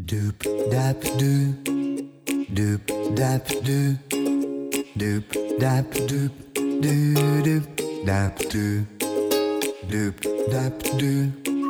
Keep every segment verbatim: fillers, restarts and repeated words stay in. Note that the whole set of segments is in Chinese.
Doop dap doo, doop dap doo, doop dap doop, doo doop dap doo, doop dap doo,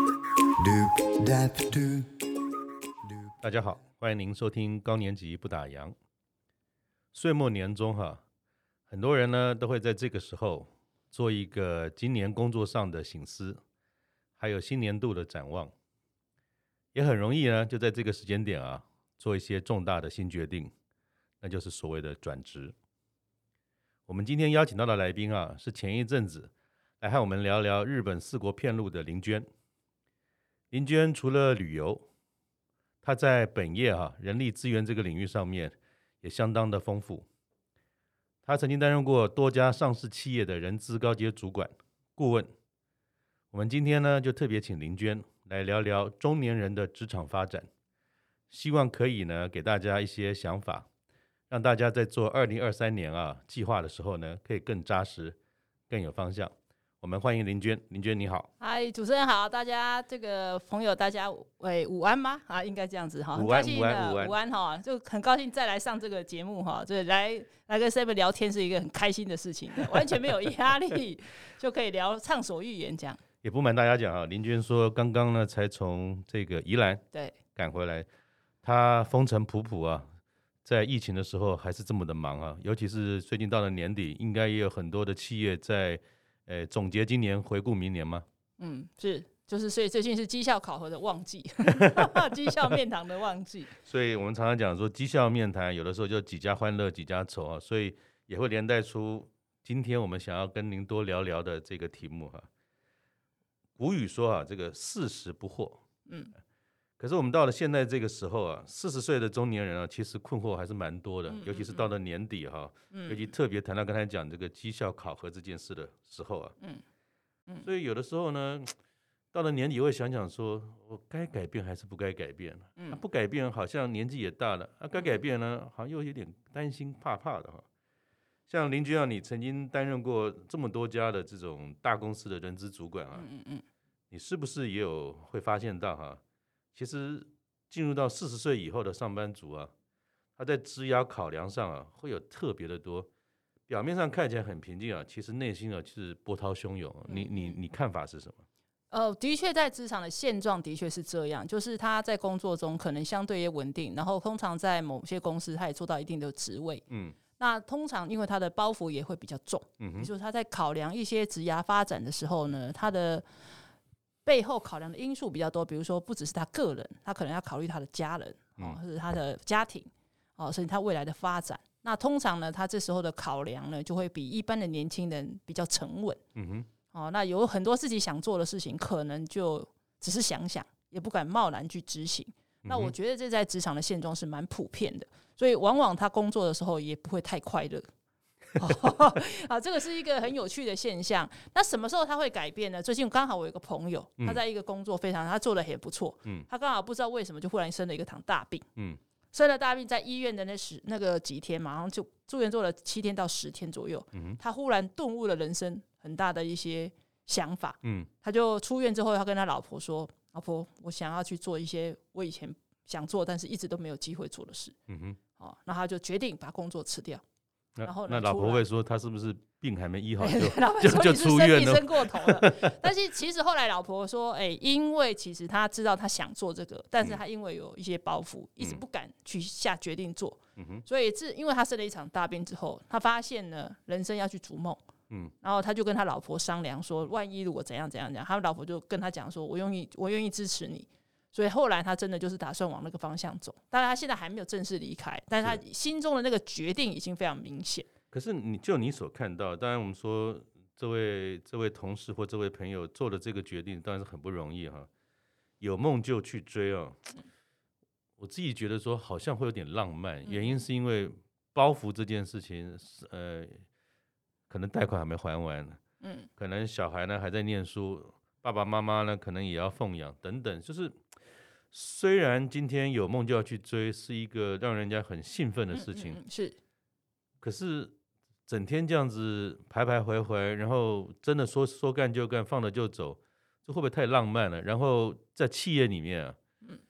doop dap doo。 大家好，欢迎您收听高年级不打烊。岁末年终哈，很多人呢都会在这个时候做一个今年工作上的省思，还有新年度的展望，也很容易呢就在这个时间点啊做一些重大的新决定，那就是所谓的转职。我们今天邀请到的来宾啊，是前一阵子来和我们聊聊日本四国遍路的林娟。林娟除了旅游，他在本业啊人力资源这个领域上面也相当的丰富。他曾经担任过多家上市企业的人资高阶主管、顾问。我们今天呢就特别请林娟来聊聊中年人的职场发展，希望可以呢给大家一些想法，让大家在做二零二三年啊计划的时候呢可以更扎实、更有方向。我们欢迎林娟。林娟你好。 嗨，主持人好，大家这个朋友大家喂午安吗？啊，应该这样子哈， 午安很高兴午安午安午安哈，就很高兴再来上这个节目哈，这来来跟 Seven 聊天是一个很开心的事情的，完全没有压力，就可以聊畅所欲言讲。 也不瞒大家讲啊，林娟说刚刚呢才从这个宜兰对赶回来，她风尘仆仆啊，在疫情的时候还是这么的忙啊，尤其是最近到了年底，应该也有很多的企业在呃总结今年，回顾明年吗？ 嗯，是，就是所以最近是绩效考核的旺季，绩效面谈的旺季。 所以我们常常讲说，绩效面谈有的时候就几家欢乐几家愁啊，所以也会连带出今天我们想要跟您多聊聊的这个题目哈。古语说啊，这个四十不惑， 嗯， 可是我们到了现在这个时候啊，四十岁的中年人啊，其实困惑还是蛮多的， 嗯尤其是到了年底哈、 嗯尤其特别谈到刚才讲这个绩效考核这件事的时候啊， 嗯嗯所以有的时候呢，到了年底会想想说，我该改变还是不该改变？ 嗯啊、不改变好像年纪也大了，啊，该改变呢，好像又有点担心怕怕的哈。像林娟啊，你曾经担任过这么多家的这种大公司的人资主管啊， 嗯嗯你是不是也有会发现到哈？其实进入到四十岁以后的上班族啊，他在职涯考量上啊，会有特别的多。表面上看起来很平静啊，其实内心啊是波涛汹涌。你你你看法是什么？ 呃，的确，在职场的现状的确是这样，就是他在工作中可能相对也稳定，然后通常在某些公司他也做到一定的职位。 嗯那通常因为他的包袱也会比较重， 嗯哼比如说他在考量一些职涯发展的时候呢，他的背后考量的因素比较多，比如说不只是他个人，他可能要考虑他的家人，哦，或者他的家庭，哦，甚至他未来的发展。那通常呢，他这时候的考量呢，就会比一般的年轻人比较沉稳。 嗯哼哦，那有很多自己想做的事情，可能就只是想想，也不敢贸然去执行。那我觉得这在职场的现状是蛮普遍的，所以往往他工作的时候也不会太快乐。啊，这个是一个很有趣的现象。那什么时候他会改变呢？最近刚好我有一个朋友，他在一个工作非常，他做的也不错，嗯，他刚好不知道为什么就忽然生了一个场大病，嗯，生了大病，在医院的那十那个几天，马上就住院做了七天到十天左右，嗯，他忽然顿悟了人生很大的一些想法，嗯，他就出院之后，他跟他老婆说：“老婆，我想要去做一些我以前想做但是一直都没有机会做的事。”嗯哼，哦，那他就决定把工作辞掉。然后那老婆会说他是不是病还没医好就就就出院了？ 生过头了。但是其实后来老婆说，哎、欸，因为其实他知道他想做这个，但是他因为有一些包袱，嗯、一直不敢去下决定做。嗯、所以是因为他生了一场大病之后，他发现呢，人生要去逐梦。嗯，然后他就跟他老婆商量说，万一如果怎样怎样怎样，他老婆就跟他讲说，我愿意，我愿意支持你。所以后来他真的就是打算往那个方向走，当然他现在还没有正式离开，但是他心中的那个决定已经非常明显。 可是你就你所看到，当然我们说这位这位同事或这位朋友做的这个决定，当然是很不容易哈。有梦就去追哦，我自己觉得说好像会有点浪漫，原因是因为包袱这件事情，呃，可能贷款还没还完，嗯，可能小孩呢还在念书，爸爸妈妈呢可能也要奉养等等，就是虽然今天有梦就要去追，是一个让人家很兴奋的事情， 嗯嗯嗯是， 可是整天这样子徘徊徘徊，然后真的说说干就干，放了就走，这会不会太浪漫了？然后在企业里面啊，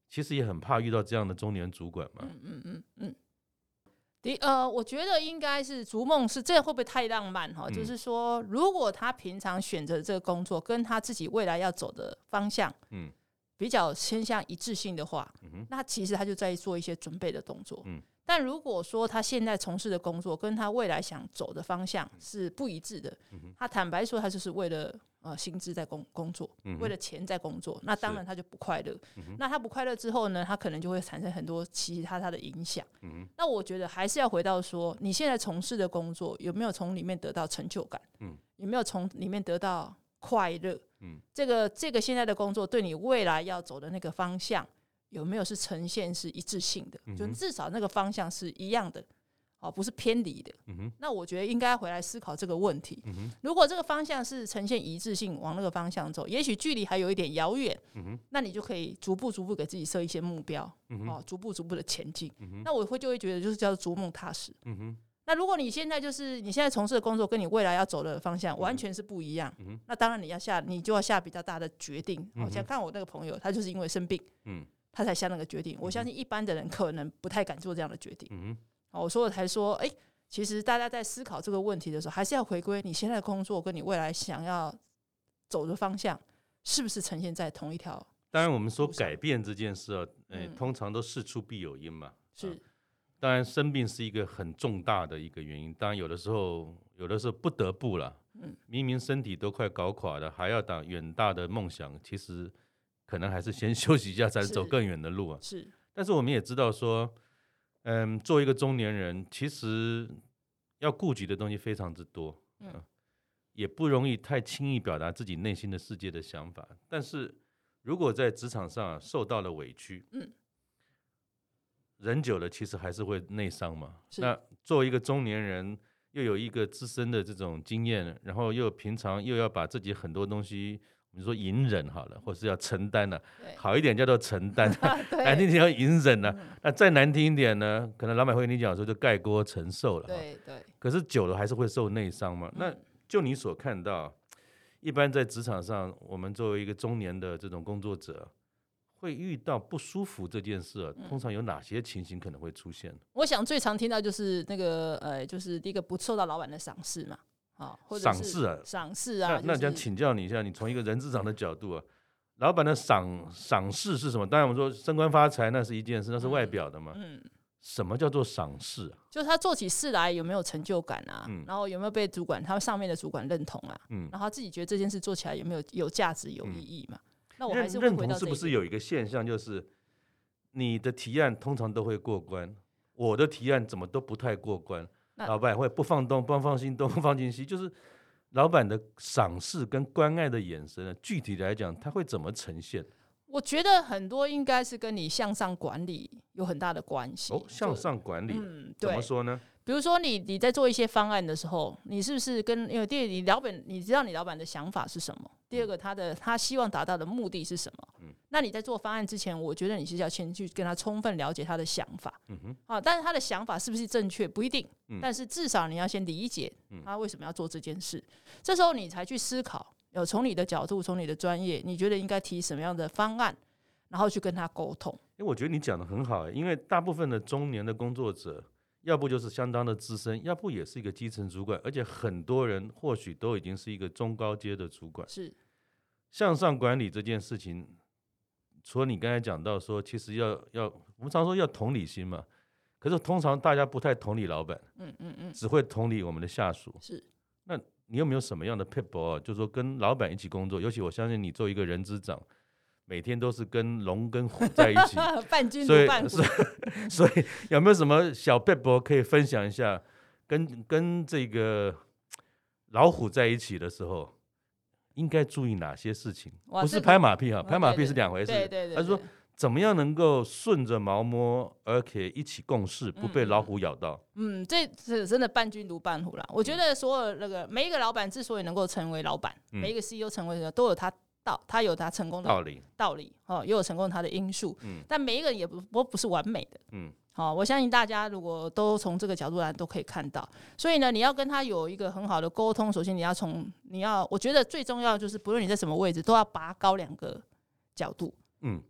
其实也很怕遇到这样的中年主管嘛。 嗯嗯嗯嗯。第呃，我觉得应该是逐梦是这会不会太浪漫哈、嗯？就是说，如果他平常选择这个工作，跟他自己未来要走的方向，嗯，比较偏向一致性的话，嗯、那其实他就在做一些准备的动作。嗯，但如果说他现在从事的工作跟他未来想走的方向是不一致的，嗯、他坦白说，他就是为了呃薪资在工工作、嗯，为了钱在工作，那当然他就不快乐。那他不快乐之后呢，他可能就会产生很多其他他的影响。嗯、那我觉得还是要回到说，你现在从事的工作有没有从里面得到成就感？嗯、有没有从里面得到快乐？嗯、这个这个现在的工作对你未来要走的那个方向有没有是呈现是一致性的？嗯、就至少那个方向是一样的。哦，不是偏离的、嗯，那我觉得应该回来思考这个问题、嗯。如果这个方向是呈现一致性，往那个方向走，也许距离还有一点遥远、嗯，那你就可以逐步逐步给自己设一些目标，嗯、哦，逐步逐步的前进、嗯。那我会就会觉得就是叫做逐梦踏实、嗯。那如果你现在就是你现在从事的工作跟你未来要走的方向完全是不一样，嗯、那当然你要下你就要下比较大的决定。好、嗯、像看我那个朋友，他就是因为生病，嗯、他才下那个决定。我相信一般的人可能不太敢做这样的决定。嗯哦，我说我才说，哎、欸，其实大家在思考这个问题的时候，还是要回归你现在的工作跟你未来想要走的方向，是不是呈现在同一条？ 当然，我们说改变这件事啊，欸嗯、通常都事出必有因嘛。 是、啊， 当然生病是一个很重大的一个原因。当然有的时候，有的时候不得不了。嗯，明明身体都快搞垮了，还要打远大的梦想，其实可能还是先休息一下，才能走更远的路啊。 是， 但是我们也知道说。嗯，作为一个中年人，其实要顾及的东西非常之多，嗯，也不容易太轻易表达自己内心的世界的想法。但是如果在职场上受到了委屈，嗯，人久了其实还是会内伤嘛。那作为一个中年人，又有一个自身的这种经验，然后又平常又要把自己很多东西。你说隐忍好了，或是要承担了、啊，好一点叫做承担，难听点要隐忍了、啊嗯。那再难听一点呢，可能老板会跟你讲说就盖锅承受了。 对对。 可是久了还是会受内伤嘛、嗯。那就你所看到，一般在职场上，我们作为一个中年的这种工作者，会遇到不舒服这件事、啊嗯，通常有哪些情形可能会出现？ 我想最常听到就是那个呃，就是第一个不受到老板的赏识嘛。 哦、赏识啊， 赏识啊， 那那想请教你一下，你从一个人资长的角度啊，老板的赏赏识是什么？当然我们说升官发财那是一件事，那是外表的嘛。嗯，嗯什么叫做赏识啊？ 就是他做起事来有没有成就感啊？嗯、然后有没有被主管他上面的主管认同啊？嗯，然后他自己觉得这件事做起来有没有有价值、有意义嘛？嗯、那我还是会回到这一点。 认同是不是有一个现象，就是你的提案通常都会过关，我的提案怎么都不太过关？老板会不放东不放西东不放进西，就是老板的赏识跟关爱的眼神，具体来讲他会怎么呈现？ 我觉得很多应该是跟你向上管理有很大的关系。 哦，向上管理，嗯，怎么说呢？ 比如说你你在做一些方案的时候，你是不是跟因为第一你老板你知道你老板的想法是什么？第二个他的他希望达到的目的是什么？嗯，那你在做方案之前，我觉得你是要先去跟他充分了解他的想法。嗯哼，啊，但是他的想法是不是正确不一定，嗯，但是至少你要先理解他为什么要做这件事。嗯，这时候你才去思考，有从你的角度，从你的专业，你觉得应该提什么样的方案，然后去跟他沟通。 因为我觉得你讲的很好，因为大部分的中年的工作者。要不就是相当的资深，要不也是一个基层主管，而且很多人或许都已经是一个中高阶的主管。 是向上管理这件事情，除了你刚才讲到说，其实要要我们常说要同理心嘛，可是通常大家不太同理老板，嗯嗯嗯，只会同理我们的下属。 是， 那你有没有什么样的撇步啊？就是说跟老板一起工作，尤其我相信你作为一个人资长。每天都是跟龙跟虎在一起， 伴君如伴虎。 所以有没有什么小撇步可以分享一下？跟跟这个老虎在一起的时候，应该注意哪些事情？不是拍马屁哈，拍马屁是两回事。 对对对， 他说怎么样能够顺着毛摸，而且一起共事，不被老虎咬到？ 嗯，这是真的伴君如伴虎啦。我觉得所有那个每一个老板之所以能够成为老板，嗯、每一个 C E O 成为都有他。他有他成功的道理， 道理哦，也有成功他的因素，嗯，但每一个人也不不不是完美的，嗯，好、哦，我相信大家如果都从这个角度来都可以看到，所以呢，你要跟他有一个很好的沟通，首先你要从你要，我觉得最重要就是不论你在什么位置，都要拔高两个角度，嗯，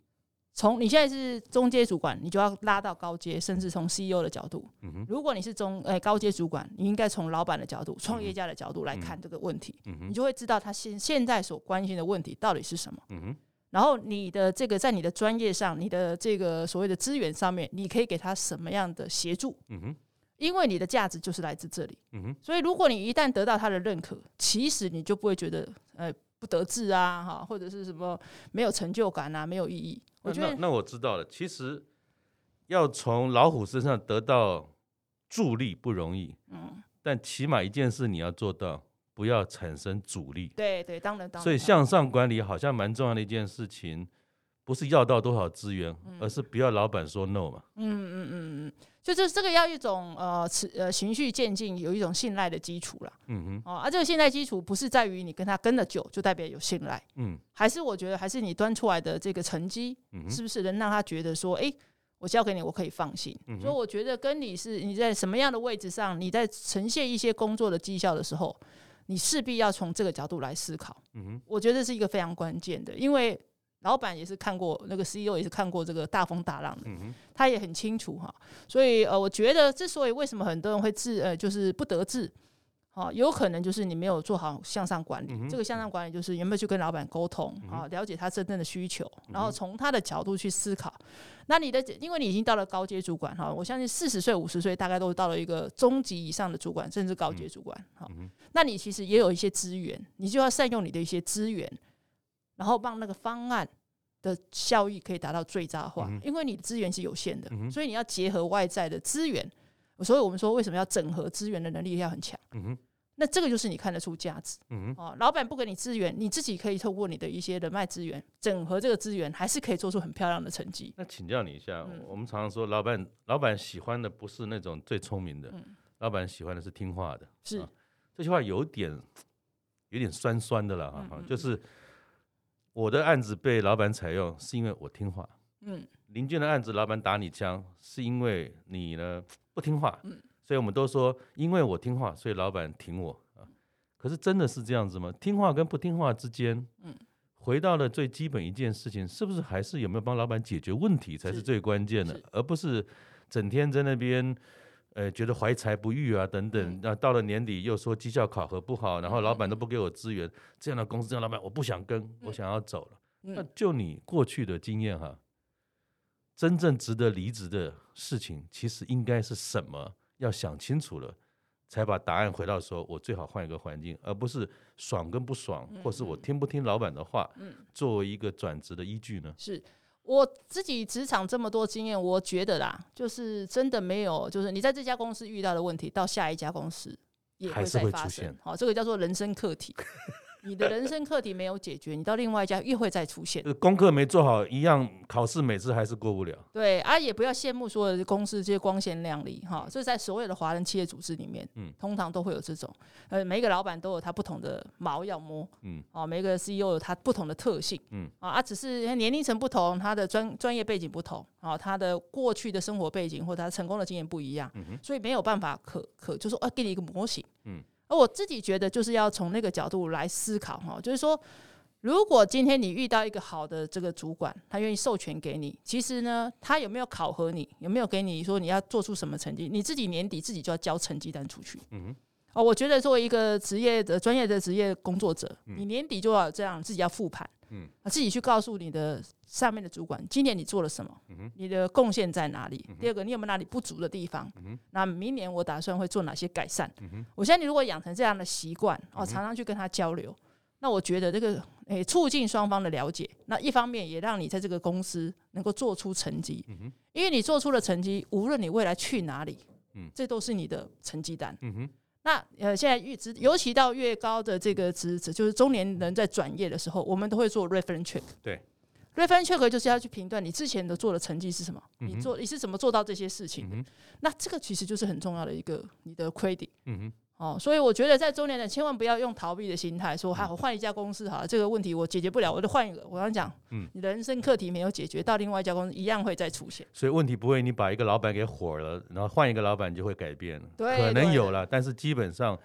从你现在是中阶主管，你就要拉到高阶，甚至从 C E O 的角度。 嗯、 如果你是中、欸、高阶主管，你应该从老板的角度、创业家的角度来看这个问题， 嗯、 你就会知道他现现在所关心的问题到底是什么。 嗯、 然后你的这个在你的专业上，你的这个所谓的资源上面，你可以给他什么样的协助？ 嗯、 因为你的价值就是来自这里。 嗯、 所以如果你一旦得到他的认可，其实你就不会觉得呃不得志啊，或者是什么没有成就感啊，没有意义。我觉得那, 那我知道了，其实要从老虎身上得到助力不容易，嗯，但起码一件事你要做到，不要产生阻力。 对对，当然当然。 所以向上管理好像蛮重要的一件事情，不是要到多少资源，嗯、而是不要老板说 no 嘛。 嗯嗯嗯嗯，就是这个要一种呃呃循序渐进，有一种信赖的基础啦。嗯哼，哦，啊，这个信赖基础不是在于你跟他跟得久就代表有信赖，嗯，还是我觉得还是你端出来的这个成绩，嗯、是不是能让他觉得说，哎、欸，我交给你，我可以放心。嗯、所以我觉得跟你是你在什么样的位置上，你在呈现一些工作的绩效的时候，你势必要从这个角度来思考。嗯哼，我觉得这是一个非常关键的，因为老板也是看过那个 C E O 也是看过这个大风大浪的，嗯、他也很清楚哈。所以呃，我觉得之所以为什么很多人会自呃就是不得志，好，有可能就是你没有做好向上管理。嗯、这个向上管理就是有没有去跟老板沟通啊，了解他真正的需求，然后从他的角度去思考。那你的因为你已经到了高阶主管哈，我相信四十岁五十岁大概都到了一个中级以上的主管，甚至高阶主管。好，那你其实也有一些资源，你就要善用你的一些资源。然后让那个方案的效益可以达到最大化，嗯、因为你的资源是有限的，嗯、所以你要结合外在的资源。所以我们说，为什么要整合资源的能力要很强？嗯、那这个就是你看得出价值。嗯哦、老板不给你资源，你自己可以透过你的一些人脉资源，整合这个资源，还是可以做出很漂亮的成绩。 那请教你一下，嗯、我们常常说，老板老板喜欢的不是那种最聪明的，嗯、老板喜欢的是听话的。 是、 啊、这句话有点有点酸酸的了哈，嗯、就是。我的案子被老板采用，是因为我听话。嗯，邻居的案子，老板打你枪，是因为你呢不听话。嗯，所以我们都说，因为我听话，所以老板挺我啊。可是真的是这样子吗？听话跟不听话之间，嗯，回到了最基本一件事情，是不是还是有没有帮老板解决问题才是最关键的，而不是整天在那边。呃，觉得怀才不遇啊，等等，那、嗯、到了年底又说绩效考核不好，然后老板都不给我资源，嗯、这样的公司，这样的老板我不想跟，嗯、我想要走了。嗯、那就你过去的经验哈，真正值得离职的事情，其实应该是什么？要想清楚了，才把答案回到说，我最好换一个环境，而不是爽跟不爽，嗯、或是我听不听老板的话，嗯、作为一个转职的依据呢？ 是。我自己职场这么多经验，我觉得啦，就是真的没有，就是你在这家公司遇到的问题，到下一家公司也会再发生。好，这个叫做人生课题。你的人生课题没有解决，你到另外一家又会再出现。 功课没做好，一样考试每次还是过不了。 对啊，也不要羡慕所有的公司这些光鲜亮丽哈。这在所有的华人企业组织里面，嗯，通常都会有这种。呃，每一个老板都有他不同的毛要摸，嗯，啊，每个 C E O 有他不同的特性，嗯，啊，只是年龄层不同，他的专专业背景不同，啊，他的过去的生活背景或者他成功的经验不一样，嗯、所以没有办法可可就说啊，给你一个模型，嗯。而我自己觉得，就是要从那个角度来思考哈，就是说，如果今天你遇到一个好的这个主管，他愿意授权给你，其实呢，他有没有考核你，有没有给你说你要做出什么成绩，你自己年底自己就要交成绩单出去。嗯哼。哦，我觉得作为一个职业的专业的职业工作者，嗯、你年底就要这样自己要复盘，嗯，自己去告诉你的上面的主管，今年你做了什么，嗯、你的贡献在哪里？嗯、第二个，你有没有哪里不足的地方？嗯、那明年我打算会做哪些改善？嗯、我相信你如果养成这样的习惯，哦，常常去跟他交流，那我觉得这个诶促进双方的了解，那一方面也让你在这个公司能够做出成绩，嗯、因为你做出了成绩，无论你未来去哪里，嗯、这都是你的成绩单。嗯那呃，现在越职，尤其到越高的这个职职，就是中年人在转业的时候，我们都会做 reference check。 对 ，reference check 就是要去评断你之前的做的成绩是什么，嗯、你做你是怎么做到这些事情的。嗯、那这个其实就是很重要的一个你的 credit。嗯哦，所以我觉得在中年人千万不要用逃避的心态说，哈、嗯，我换一家公司好了，这个问题我解决不了，我就换一个。我刚讲，嗯，你的人生课题没有解决，到另外一家公司一样会再出现。 所以问题不会你把一个老板给火了，然后换一个老板就会改变了， 对， 可能有了，但是基本上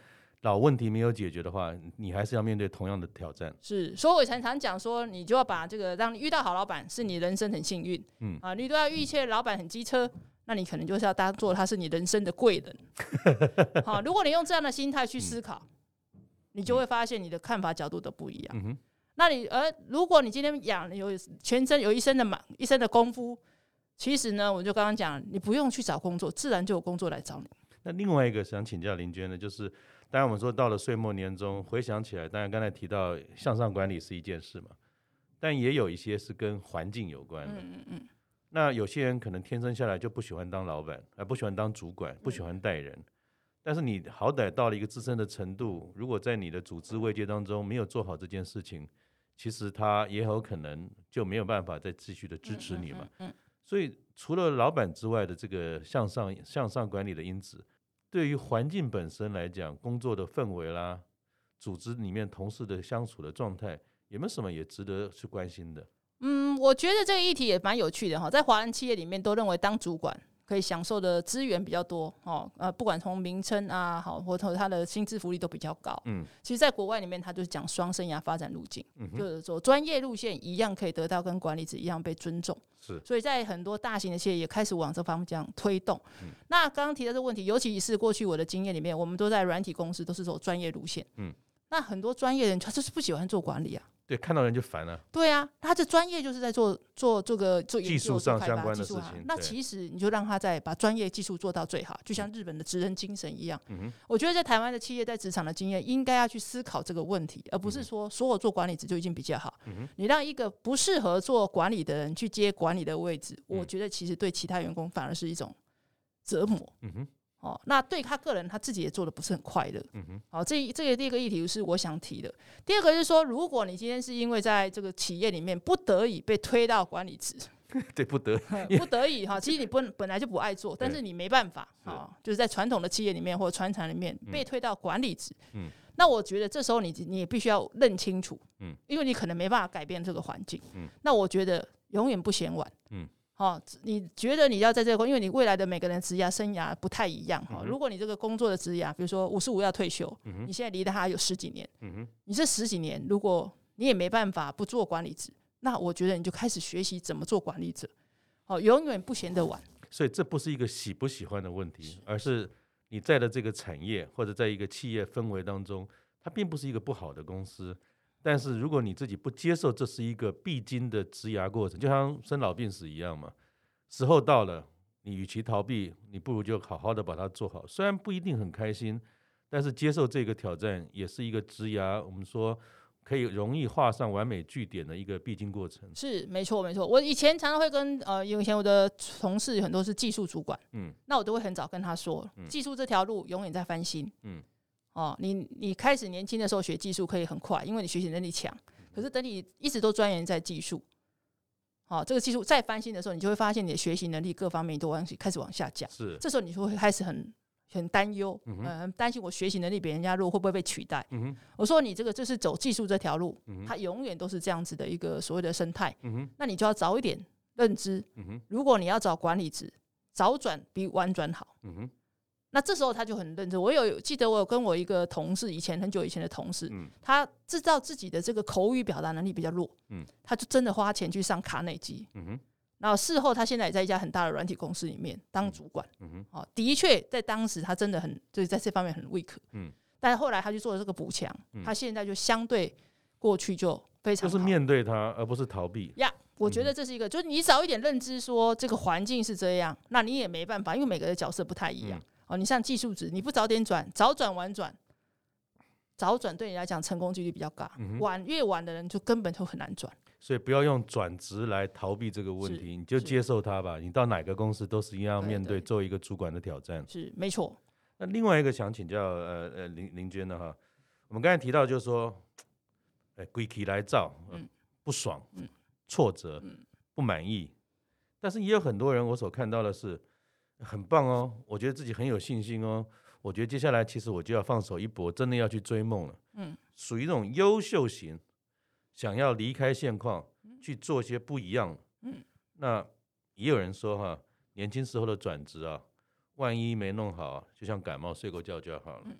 老问题没有解决的话，你还是要面对同样的挑战。 是，所以我常常讲说，你就要把这个，让你遇到好老板是你人生很幸运，嗯啊，你都要遇见老板很机车，那你可能就是要当做他是你人生的贵人。好，如果你用这样的心态去思考，嗯、你就会发现你的看法角度都不一样。嗯、那你而如果你今天养有全身有一身的忙一身的功夫，其实呢，我就刚刚讲，你不用去找工作，自然就有工作来找你。 那另外一个想请教林娟的，就是当然我们说到了岁末年终，回想起来，当然刚才提到向上管理是一件事嘛，但也有一些是跟环境有关的。嗯嗯嗯。那有些人可能天生下来就不喜欢当老板，而不喜欢当主管，不喜欢带人。嗯、但是你好歹到了一个资深的程度，如果在你的组织位阶当中没有做好这件事情，其实他也有可能就没有办法再继续的支持你嘛。嗯嗯嗯嗯。所以除了老板之外的这个向上向上管理的因子，对于环境本身来讲，工作的氛围啦，组织里面同事的相处的状态，有没有什么也值得去关心的？ 嗯，我觉得这个议题也蛮有趣的哈，在华人企业里面都认为当主管可以享受的资源比较多哦，呃，不管从名称啊，好，或者他的薪资福利都比较高。嗯，其实，在国外里面，他就是讲双生涯发展路径，嗯、就是说专业路线一样可以得到跟管理者一样被尊重。 是， 所以在很多大型的企业也开始往这方面这样推动。嗯、那刚刚提到这个问题，尤其是过去我的经验里面，我们都在软体公司都是走专业路线。嗯，那很多专业人他就是不喜欢做管理啊。 对，看到人就烦了、啊。 对啊，他的专业就是在做做这个做研究、 技术上相关的事情。 那其实你就让他在把专业技术做到最好，就像日本的职人精神一样。嗯、我觉得在台湾的企业在职场的经验，应该要去思考这个问题，而不是说所有做管理者就已经比较好。嗯、你让一个不适合做管理的人去接管理的位置，嗯、我觉得其实对其他员工反而是一种折磨。嗯哦，那对他个人他自己也做的不是很快乐。嗯哼，好，这这个第一个议题是我想提的。第二个是说，如果你今天是因为在这个企业里面不得已被推到管理职， 对，不得不得已哈，其实你本本来就不爱做，但是你没办法啊，就是在传统的企业里面或者传产里面被推到管理职。嗯，那我觉得这时候你你也必须要认清楚，嗯，因为你可能没办法改变这个环境。嗯，那我觉得永远不嫌晚。嗯。哦，你觉得你要在这个，因为你未来的每个人职涯生涯不太一样哈。嗯、如果你这个工作的职涯，比如说五十五要退休，嗯、你现在离他有十几年，嗯、你这十几年，如果你也没办法不做管理职，那我觉得你就开始学习怎么做管理者，哦，永远不嫌得晚。 所以这不是一个喜不喜欢的问题，而是你在的这个产业或者在一个企业氛围当中，它并不是一个不好的公司。但是如果你自己不接受这是一个必经的职涯过程，就像生老病死一样嘛，时候到了，你与其逃避，你不如就好好的把它做好。虽然不一定很开心，但是接受这个挑战也是一个职涯，我们说可以容易画上完美句点的一个必经过程。 是，没错没错。我以前常常会跟呃，以前我的同事很多是技术主管，嗯，那我都会很早跟他说，嗯、技术这条路永远在翻新，嗯。哦，你你开始年轻的时候学技术可以很快，因为你学习能力强。可是等你一直都钻研在技术，好、哦，这个技术再翻新的时候，你就会发现你的学习能力各方面都往开始往下降。 是， 这时候你就会开始很很担忧，嗯、呃，很担心我学习能力比人家弱，会不会被取代？嗯、我说你这个就是走技术这条路，嗯、它永远都是这样子的一个所谓的生态。嗯、那你就要早一点认知。嗯、如果你要找管理职，早转比晚转好。嗯那这时候他就很认真。我有记得，我有跟我一个同事，以前很久以前的同事，嗯、他知道自己的这个口语表达能力比较弱，嗯、他就真的花钱去上卡内基。嗯、然后事后他现在也在一家很大的软体公司里面当主管。嗯哦、的确，在当时他真的很就是在这方面很 weak。嗯、但是后来他去做了这个补强，嗯、他现在就相对过去就非常好， 就是面对他，而不是逃避呀。Yeah, 我觉得这是一个，就是你早一点认知说这个环境是这样，那你也没办法，因为每个人角色不太一样。嗯哦，你像技术职，你不早点转，早转晚转，早转对你来讲成功几率比较高，嗯、晚越晚的人就根本就很难转。 所以不要用转职来逃避这个问题，你就接受它吧。你到哪个公司都是一样面对做一个主管的挑战。 是没错。 那另外一个想请教呃呃林林娟的哈，我们刚才提到就是说，哎，归期来照，呃嗯、不爽、嗯、挫折、嗯、不满意，但是也有很多人我所看到的是。很棒哦，我觉得自己很有信心哦。我觉得接下来其实我就要放手一搏，真的要去追梦了。嗯，属于那种优秀型，想要离开现况，去做一些不一样。嗯，那也有人说哈，年轻时候的转职啊，万一没弄好，就像感冒睡过觉就好了。嗯、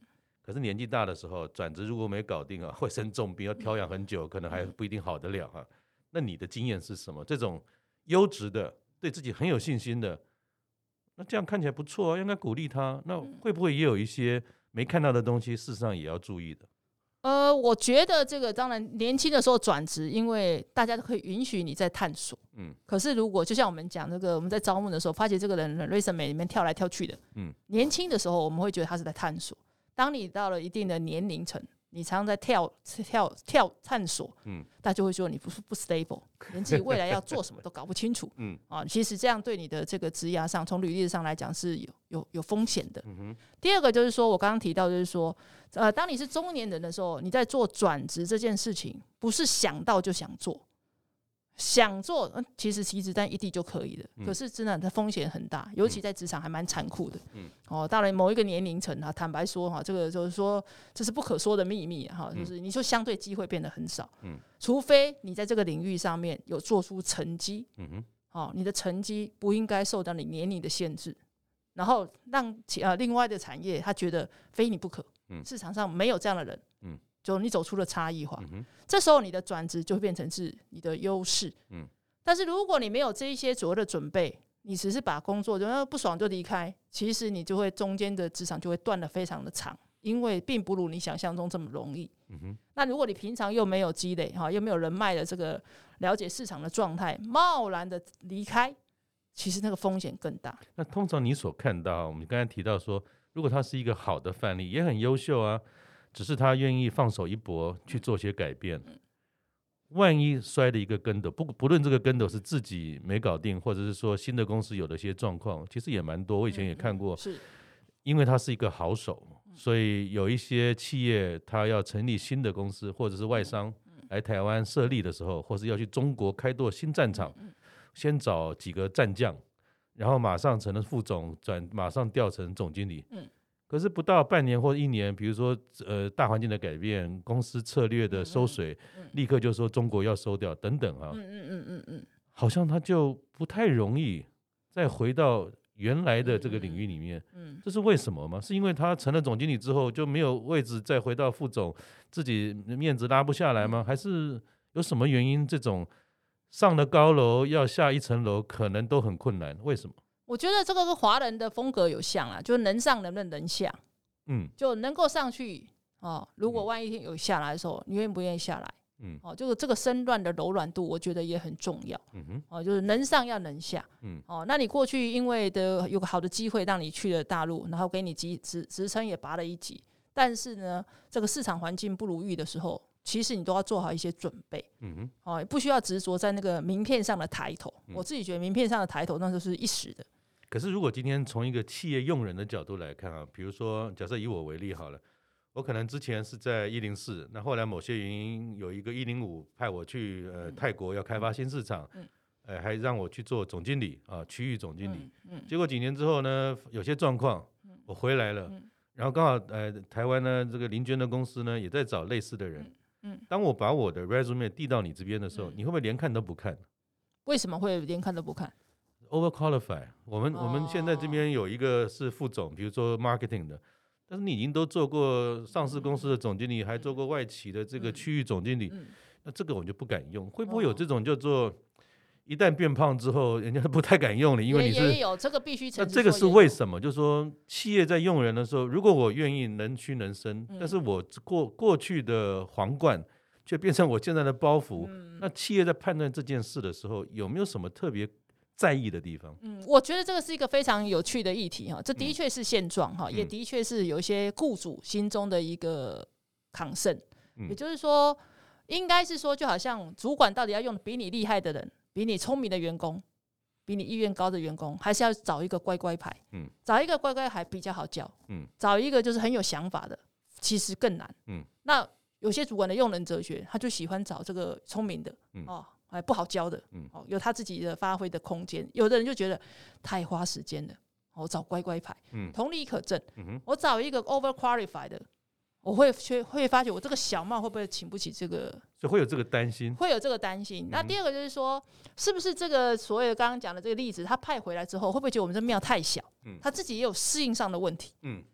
可是年纪大的时候，转职如果没搞定啊，会生重病，要调养很久，可能还不一定好得了啊。那你的经验是什么？这种优质的、对自己很有信心的，那这样看起来不错啊，应该鼓励他。那会不会也有一些没看到的东西，事实上也要注意的？ 呃，我觉得这个当然年轻的时候转职，因为大家都可以允许你在探索。嗯，可是如果就像我们讲这个，我们在招募的时候，发现这个人 resume 里面跳来跳去的，嗯，年轻的时候我们会觉得他是在探索。当你到了一定的年龄层，你常常在跳跳跳探索，嗯，大家就会说你不不 stable， 连自己未来要做什么都搞不清楚，嗯啊，其实这样对你的这个职涯上，从履历上来讲是有有有风险的。嗯、第二个就是说我刚刚提到，就是说，呃，当你是中年人的时候，你在做转职这件事情，不是想到就想做。想做、嗯、其实其实但一地就可以了、嗯、可是真的它风险很大，尤其在职场还蛮残酷的、嗯哦、到了某一个年龄层、啊、坦白说、啊、这个就是说这是不可说的秘密、啊嗯、就是你说相对机会变得很少、嗯、除非你在这个领域上面有做出成绩、嗯哦、你的成绩不应该受到你年龄的限制，然后让、呃、另外的产业他觉得非你不可、嗯、市场上没有这样的人、嗯就你走出了差异化、嗯、这时候你的转职就会变成是你的优势、嗯、但是如果你没有这一些所谓的准备，你只是把工作就不爽就离开，其实你就会中间的职场就会断得非常的长，因为并不如你想象中这么容易、嗯、那如果你平常又没有积累又没有人脉的这个了解市场的状态，贸然的离开，其实那个风险更大。 那通常你所看到，我们刚才提到说，如果他是一个好的范例，也很优秀啊，只是他愿意放手一搏去做些改变、嗯、万一摔了一个跟斗， 不, 不论这个跟斗是自己没搞定，或者是说新的公司有的些状况，其实也蛮多，我以前也看过、嗯、是因为他是一个好手，所以有一些企业他要成立新的公司，或者是外商来台湾设立的时候，或是要去中国开拓新战场，先找几个战将，然后马上成了副总，转马上调成总经理、嗯，可是不到半年或一年，比如说呃大环境的改变，公司策略的收水，嗯嗯、立刻就说中国要收掉等等啊，嗯嗯嗯嗯嗯，好像他就不太容易再回到原来的这个领域里面，嗯，嗯这是为什么吗？是因为他成了总经理之后就没有位置再回到副总，自己面子拉不下来吗？还是有什么原因？这种上了高楼要下一层楼可能都很困难，为什么？ 我觉得这个跟华人的风格有像啦，就是能上能不能下，嗯，就能够上去哦。如果万一有下来的时候，你愿不愿意下来？嗯，哦，这个这个身段的柔软度，我觉得也很重要。嗯哼，哦，就是能上要能下。嗯，哦，那你过去因为的有个好的机会让你去了大陆，然后给你职职职称也拔了一级，但是呢，这个市场环境不如意的时候，其实你都要做好一些准备。嗯哼，哦，不需要执着在那个名片上的抬头。嗯、我自己觉得名片上的抬头那就是一时的。 可是如果今天从一个企业用人的角度来看啊，比如说假设以我为例好了，我可能之前是在一零四，那后来某些原因有一个一零五派我去呃泰国要开发新市场，嗯呃、还让我去做总经理啊，区域总经理、嗯嗯、结果几年之后呢，有些状况我回来了、嗯、然后刚好呃台湾呢这个林娟的公司呢也在找类似的人、嗯嗯、当我把我的 resume 递到你这边的时候、嗯、你会不会连看都不看？ 为什么会连看都不看 ？Overqualify， 我们、哦、我们现在这边有一个是副总，比如说 marketing 的，但是你已经都做过上市公司的总经理，嗯、还做过外企的这个区域总经理，嗯、那这个我就不敢用。会不会有这种叫做一旦变胖之后，人家不太敢用了？因为你是也有这个必须承认。 那这个是为什么？就是说企业在用人的时候，如果我愿意能屈能伸，嗯、但是我过过去的皇冠却变成我现在的包袱，嗯、那企业在判断这件事的时候，有没有什么特别在意的地方？ 嗯，我觉得这个是一个非常有趣的议题哈，这的确是现状哈、嗯，也的确是有一些雇主心中的一个concern、嗯、也就是说，应该是说，就好像主管到底要用比你厉害的人、比你聪明的员工、比你意愿高的员工，还是要找一个乖乖牌？嗯，找一个乖乖牌比较好教，嗯，找一个就是很有想法的，其实更难。嗯，那有些主管的用人哲学，他就喜欢找这个聪明的，嗯、哦。还不好教的、嗯哦，有他自己的发挥的空间。有的人就觉得太花时间了，我找乖乖牌，嗯、同理可证、嗯。我找一个 overqualified 的，我会会发觉我这个小帽会不会请不起这个， 所以会有这个担心， 会有这个担心。嗯、那第二个就是说，是不是这个所谓的刚刚讲的这个例子，他派回来之后，会不会觉得我们这庙太小？嗯、他自己也有适应上的问题。嗯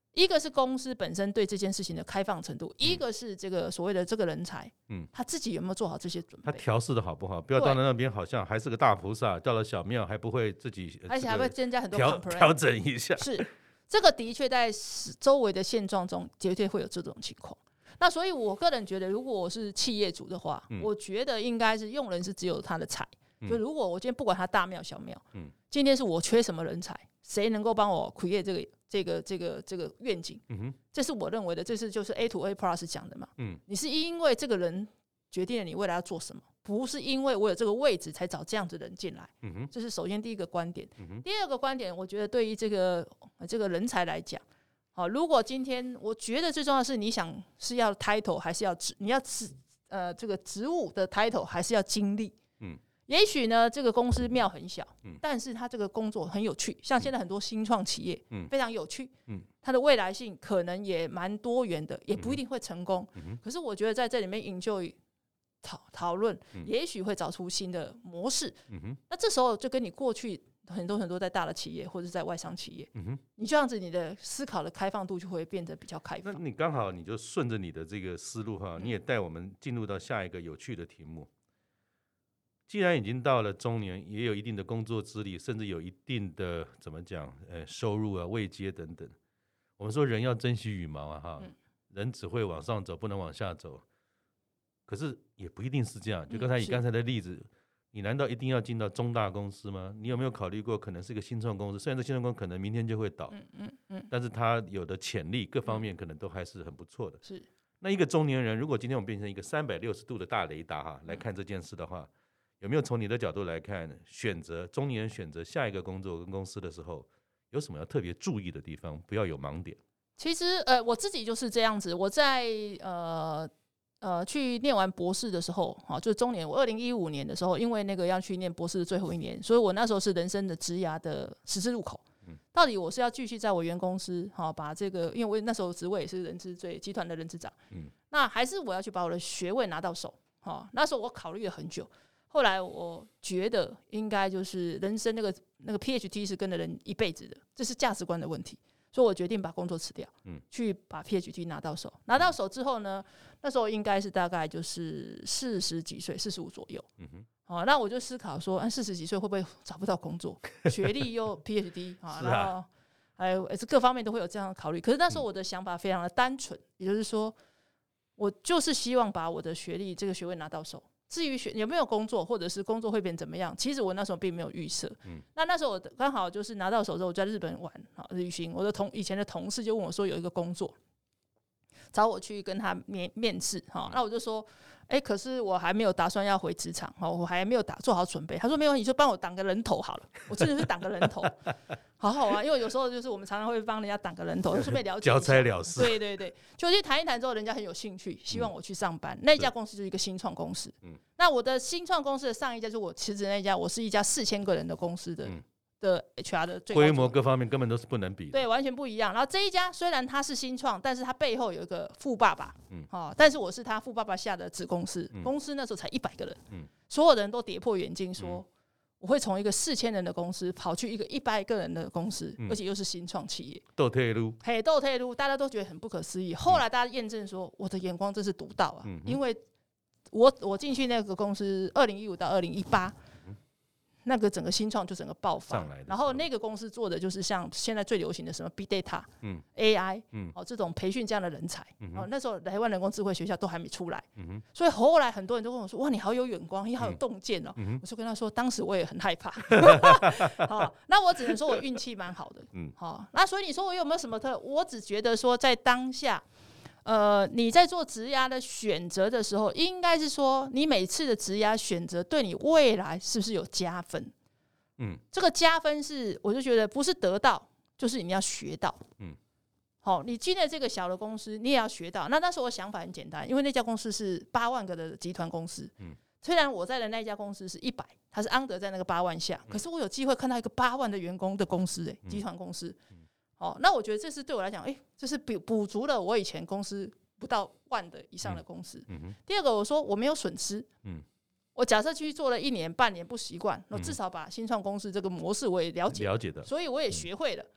一个是公司本身对这件事情的开放程度，嗯、一个是这个所谓的这个人才，嗯，他自己有没有做好这些准备？ 他调试的好不好？不要到那边好像还是个大菩萨，到了小庙还不会自己， 而且还会增加很多调调整一下。 是这个的确在周围的现状中绝对会有这种情况。那所以我个人觉得，如果我是企业主的话，嗯、我觉得应该是用人是只有他的才。嗯、就如果我今天不管他大庙小庙，嗯、今天是我缺什么人才，谁能够帮我 create 这个？这个这个这个愿景，嗯哼，这是我认为的，这是就是 A to A Plus 讲的嘛，嗯，你是因为这个人决定了你未来要做什么，不是因为我有这个位置才找这样子的人进来，嗯哼，这是首先第一个观点，嗯哼，第二个观点，我觉得对于这个这个人才来讲，好，如果今天我觉得最重要的是你想是要 title 还是要职，你要职呃这个职务的 title 还是要经历，嗯。也许呢，这个公司庙很小，嗯、但是它这个工作很有趣。像现在很多新创企业，嗯、非常有趣，嗯、它的未来性可能也蛮多元的，也不一定会成功。嗯、可是我觉得在这里面enjoy讨讨论，嗯、也许会找出新的模式。嗯、那这时候就跟你过去很多很多在大的企业或者在外商企业，嗯、你这样子你的思考的开放度就会变得比较开放。 那你刚好你就顺着你的这个思路哈，嗯、你也带我们进入到下一个有趣的题目。既然已经到了中年，也有一定的工作资历，甚至有一定的怎么讲，呃，收入啊、位阶等等。我们说人要珍惜羽毛啊，哈，嗯、人只会往上走，不能往下走。可是也不一定是这样。就刚才以刚才的例子，嗯、你难道一定要进到中大公司吗？你有没有考虑过，可能是一个新创公司？虽然这新创公司可能明天就会倒，嗯嗯嗯、但是它有的潜力，各方面可能都还是很不错的。 是。 那一个中年人，如果今天我们变成一个三百六十度的大雷达哈，来看这件事的话。有没有从你的角度来看，选择中年人选择下一个工作跟公司的时候，有什么要特别注意的地方？不要有盲点。 其实，呃，我自己就是这样子。我在呃呃去念完博士的时候，哈，就中年，我二零一五年的时候，因为那个要去念博士的最后一年，所以我那时候是人生的职涯的十字路口。嗯、到底我是要继续在我原公司，哈，把这个，因为我那时候职位也是人资最集团的人资长，嗯，那还是我要去把我的学位拿到手，哈，那时候我考虑了很久。后来我觉得应该就是人生那个那个 P H D 是跟着人一辈子的，这是价值观的问题，所以我决定把工作辞掉，嗯，去把 P H D 拿到手。拿到手之后呢，那时候应该是大概就是四十几岁，四十五左右，嗯哼，好，那我就思考说，四十几岁会不会找不到工作？学历又 P H D 啊，然后还有各方面都会有这样的考虑。可是那时候我的想法非常的单纯，也就是说，我就是希望把我的学历这个学位拿到手。至于有没有工作，或者是工作会变怎么样，其实我那时候并没有预设。嗯、那那时候我刚好就是拿到手之后，我在日本玩旅行，我的同以前的同事就问我说有一个工作，找我去跟他面面试哈，那我就说，哎、欸，可是我还没有打算要回职场，我还没有打做好准备。他说没有，你就帮我挡个人头好了。我真的是挡个人头，好好啊，因为有时候就是我们常常会帮人家挡个人头，顺便了解一下， 交差了事。 对对对，就去谈一谈之后，人家很有兴趣，希望我去上班。嗯、那家公司就是一个新创公司。嗯、那我的新创公司的上一家就是我辞职那家，我是一家四千个人的公司的。嗯的 H R 的最规模各方面根本都是不能比的， 对，完全不一样。然后这一家虽然它是新创，但是它背后有一个富爸爸，嗯，哦，但是我是他富爸爸下的子公司，嗯、公司那时候才一百个人，嗯，所有人都跌破眼镜说，嗯、我会从一个四千人的公司跑去一个一百个人的公司，嗯、而且又是新创企业， 斗退路， 嘿，斗退路，大家都觉得很不可思议。后来大家验证说，我的眼光真是独到啊，嗯、因为我我进去那个公司，二零一五到二零一八。那个整个新创就整个爆发，然后那个公司做的就是像现在最流行的什么 Big Data、嗯、A I、嗯哦、这种培训这样的人才、嗯哦、那时候台湾人工智慧学校都还没出来、嗯、所以后来很多人都跟我说，哇，你好有眼光，你好有洞见哦、嗯、我就跟他说，当时我也很害怕好，那我只能说我运气蛮好的、嗯哦、那所以你说我有没有什么特，我只觉得说在当下呃，你在做职涯的选择的时候，应该是说你每次的职涯选择对你未来是不是有加分？嗯，这个加分是，我就觉得不是得到，就是你要学到。嗯，好，你进了这个小的公司，你也要学到。那那时候我想法很简单，因为那家公司是八万个的集团公司。嗯，虽然我在的那家公司是一百，它是安德在那个八万下，可是我有机会看到一个八万的员工的公司、欸，哎，集团公司。嗯哦，那我觉得这是对我来讲，哎、欸，这是补补足了我以前公司不到万的以上的公司。嗯嗯、第二个，我说我没有损失。嗯，我假设去做了一年半年不习惯，我至少把新创公司这个模式我也了解， 了解的， 所以我也学会了。嗯、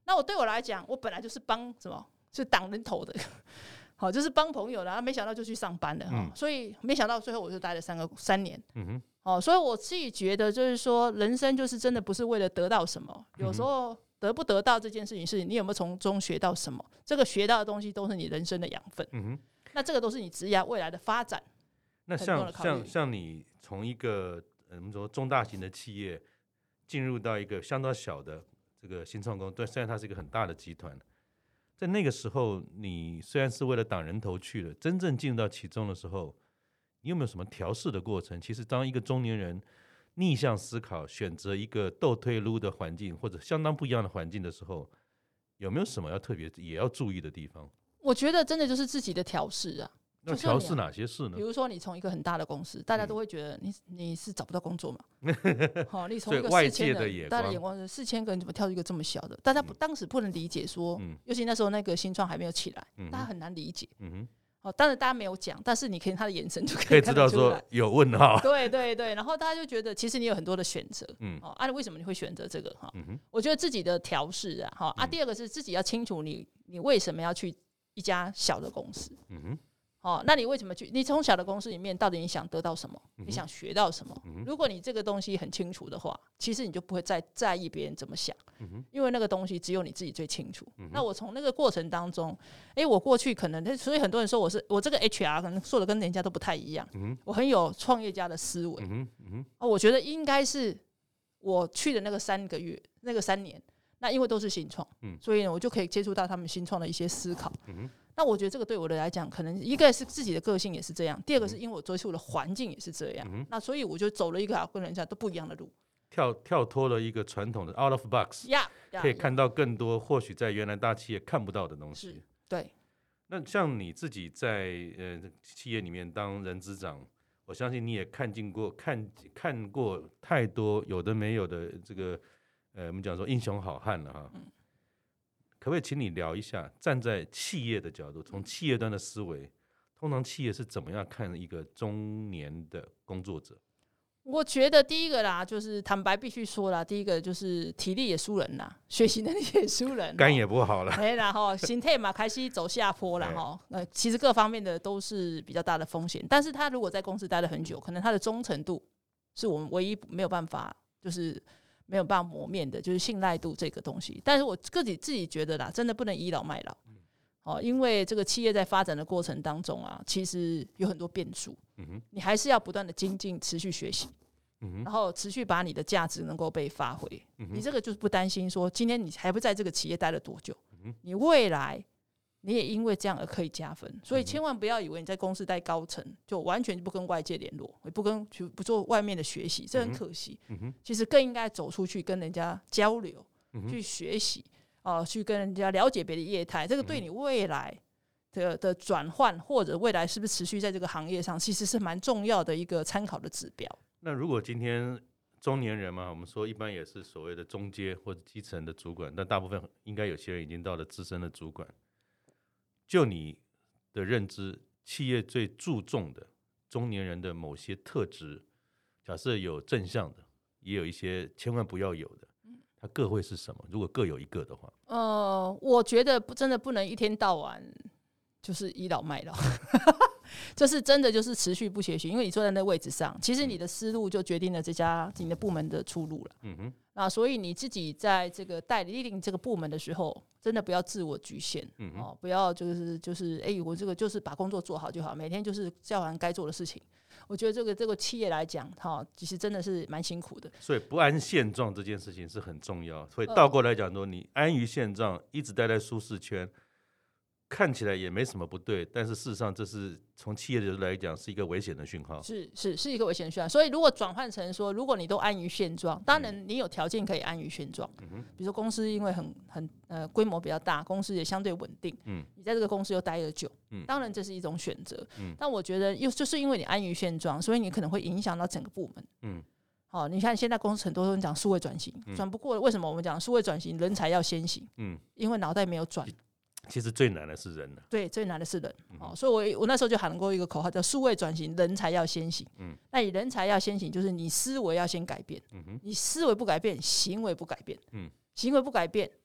那我对我来讲，我本来就是帮什么，是挡人头的，好，就是帮朋友的，没想到就去上班了，嗯、所以没想到最后我就待了三个三年。嗯哼，哦，所以我自己觉得就是说，人生就是真的不是为了得到什么，有时候得不得到这件事情，是你有没有从中学到什么，这个学到的东西都是你人生的养分。嗯哼，那这个都是你职业未来的发展。 那像像像你从一个我们说中大型的企业进入到一个相当小的这个新创公司，对，虽然它是一个很大的集团。在那个时候，你虽然是为了挡人头去了，真正进入到其中的时候，你有没有什么调试的过程？其实，当一个中年人逆向思考，选择一个斗退路的环境，或者相当不一样的环境的时候，有没有什么要特别也要注意的地方？ 我觉得真的就是自己的调试啊。 那调试哪些事呢？ 比如说，你从一个很大的公司，大家都会觉得你你是找不到工作嘛？好，你从一个四千人，大家的眼光是四千个人怎么跳一个这么小的？大家不、嗯、当时不能理解说，嗯、尤其那时候那个新创还没有起来，嗯、大家很难理解。嗯哦，当然大家没有讲，但是你可以他的眼神就可以, 可以知道说有问号。 对对对，然后大家就觉得其实你有很多的选择。嗯，哦，啊，为什么你会选择这个？哈、嗯，我觉得自己的调试啊，哈、嗯、啊，第二个是自己要清楚你你为什么要去一家小的公司。嗯哼。哦，那你为什么去？你从小的公司里面，到底你想得到什么？嗯、你想学到什么？嗯、如果你这个东西很清楚的话，其实你就不会再在意别人怎么想，嗯、因为那个东西只有你自己最清楚。嗯、那我从那个过程当中，哎，我过去可能，所以很多人说我是我这个 H R 可能做的跟人家都不太一样，嗯、我很有创业家的思维。嗯嗯哦、我觉得应该是我去的那个三个月，那个三年，那因为都是新创，嗯、所以呢，我就可以接触到他们新创的一些思考。嗯那我觉得这个对我的来讲，可能一个是自己的个性也是这样，第二个是因为我接触的环境也是这样，嗯、那所以我就走了一个跟人家都不一样的路， 跳跳脱了一个传统的 out of box， yeah, yeah, 可以看到更多或许在原来大企业看不到的东西。 对。 那像你自己在呃企业里面当人资长，我相信你也看见过看看过太多有的没有的这个呃我们讲说英雄好汉了哈。嗯，可不可以请你聊一下，站在企业的角度，从企业端的思维，通常企业是怎么样看一个中年的工作者？ 我觉得第一个啦，就是坦白必须说啦，第一个就是体力也输人啦，学习能力也输人， 肝也不好了， 对啦哈，心态嘛开始走下坡了哈。呃，其实各方面的都是比较大的风险，但是他如果在公司待了很久，可能他的忠诚度是我们唯一没有办法就是没有办法磨灭的，就是信赖度这个东西。但是我自己自己觉得啦，真的不能倚老卖老，嗯哦、因为这个企业在发展的过程当中啊，其实有很多变数，嗯、你还是要不断的精进，持续学习，嗯、然后持续把你的价值能够被发挥。嗯、你这个就是不担心说，今天你还不在这个企业待了多久，嗯、你未来你也因为这样而可以加分，所以千万不要以为你在公司待高层就完全不跟外界联络，也不跟不做外面的学习，这很可惜。嗯、其实更应该走出去跟人家交流，嗯、去学习，呃，去跟人家了解别的业态，这个对你未来的的转换或者未来是不是持续在这个行业上，其实是蛮重要的一个参考的指标。 那如果今天中年人嘛，我们说一般也是所谓的中阶或者基层的主管，但大部分应该有些人已经到了资深的主管。就你的认知，企业最注重的中年人的某些特质，假设有正向的，也有一些千万不要有的，它各会是什么？如果各有一个的话， 呃，我觉得真的不能一天到晚就是倚老卖老，就是真的就是持续不学习，因为你坐在那位置上，其实你的思路就决定了这家你的部门的出路了。嗯哼，那所以你自己在这个带领这个部门的时候，真的不要自我局限，嗯哦，不要就是就是哎、欸，我这个就是把工作做好就好，每天就是做完该做的事情。我觉得这个这个企业来讲，哈，其实真的是蛮辛苦的。 所以不安现状这件事情是很重要。所以倒过来讲说，你安于现状，一直待在舒适圈，看起来也没什么不对，但是事实上这是从企业的角度来讲是一个危险的讯号。 是是是一个危险的讯号。所以如果转换成说，如果你都安于现状，当然你有条件可以安于现状。嗯、比如说公司因为很很呃规模比较大，公司也相对稳定，嗯、你在这个公司又待得久，嗯、当然这是一种选择。嗯、但我觉得又就是因为你安于现状，所以你可能会影响到整个部门。嗯好、哦，你看现在公司很多人讲数位转型，转、嗯、不过为什么我们讲数位转型，人才要先行？嗯，因为脑袋没有转。 其实最难的是人了， 对，最难的是人。嗯哦、所以我我那时候就喊过一个口号，叫数位转型，人才要先行。嗯，那你人才要先行，就是你思维要先改变。嗯哼，你思维不改变，行为不改变。嗯，行为不改变，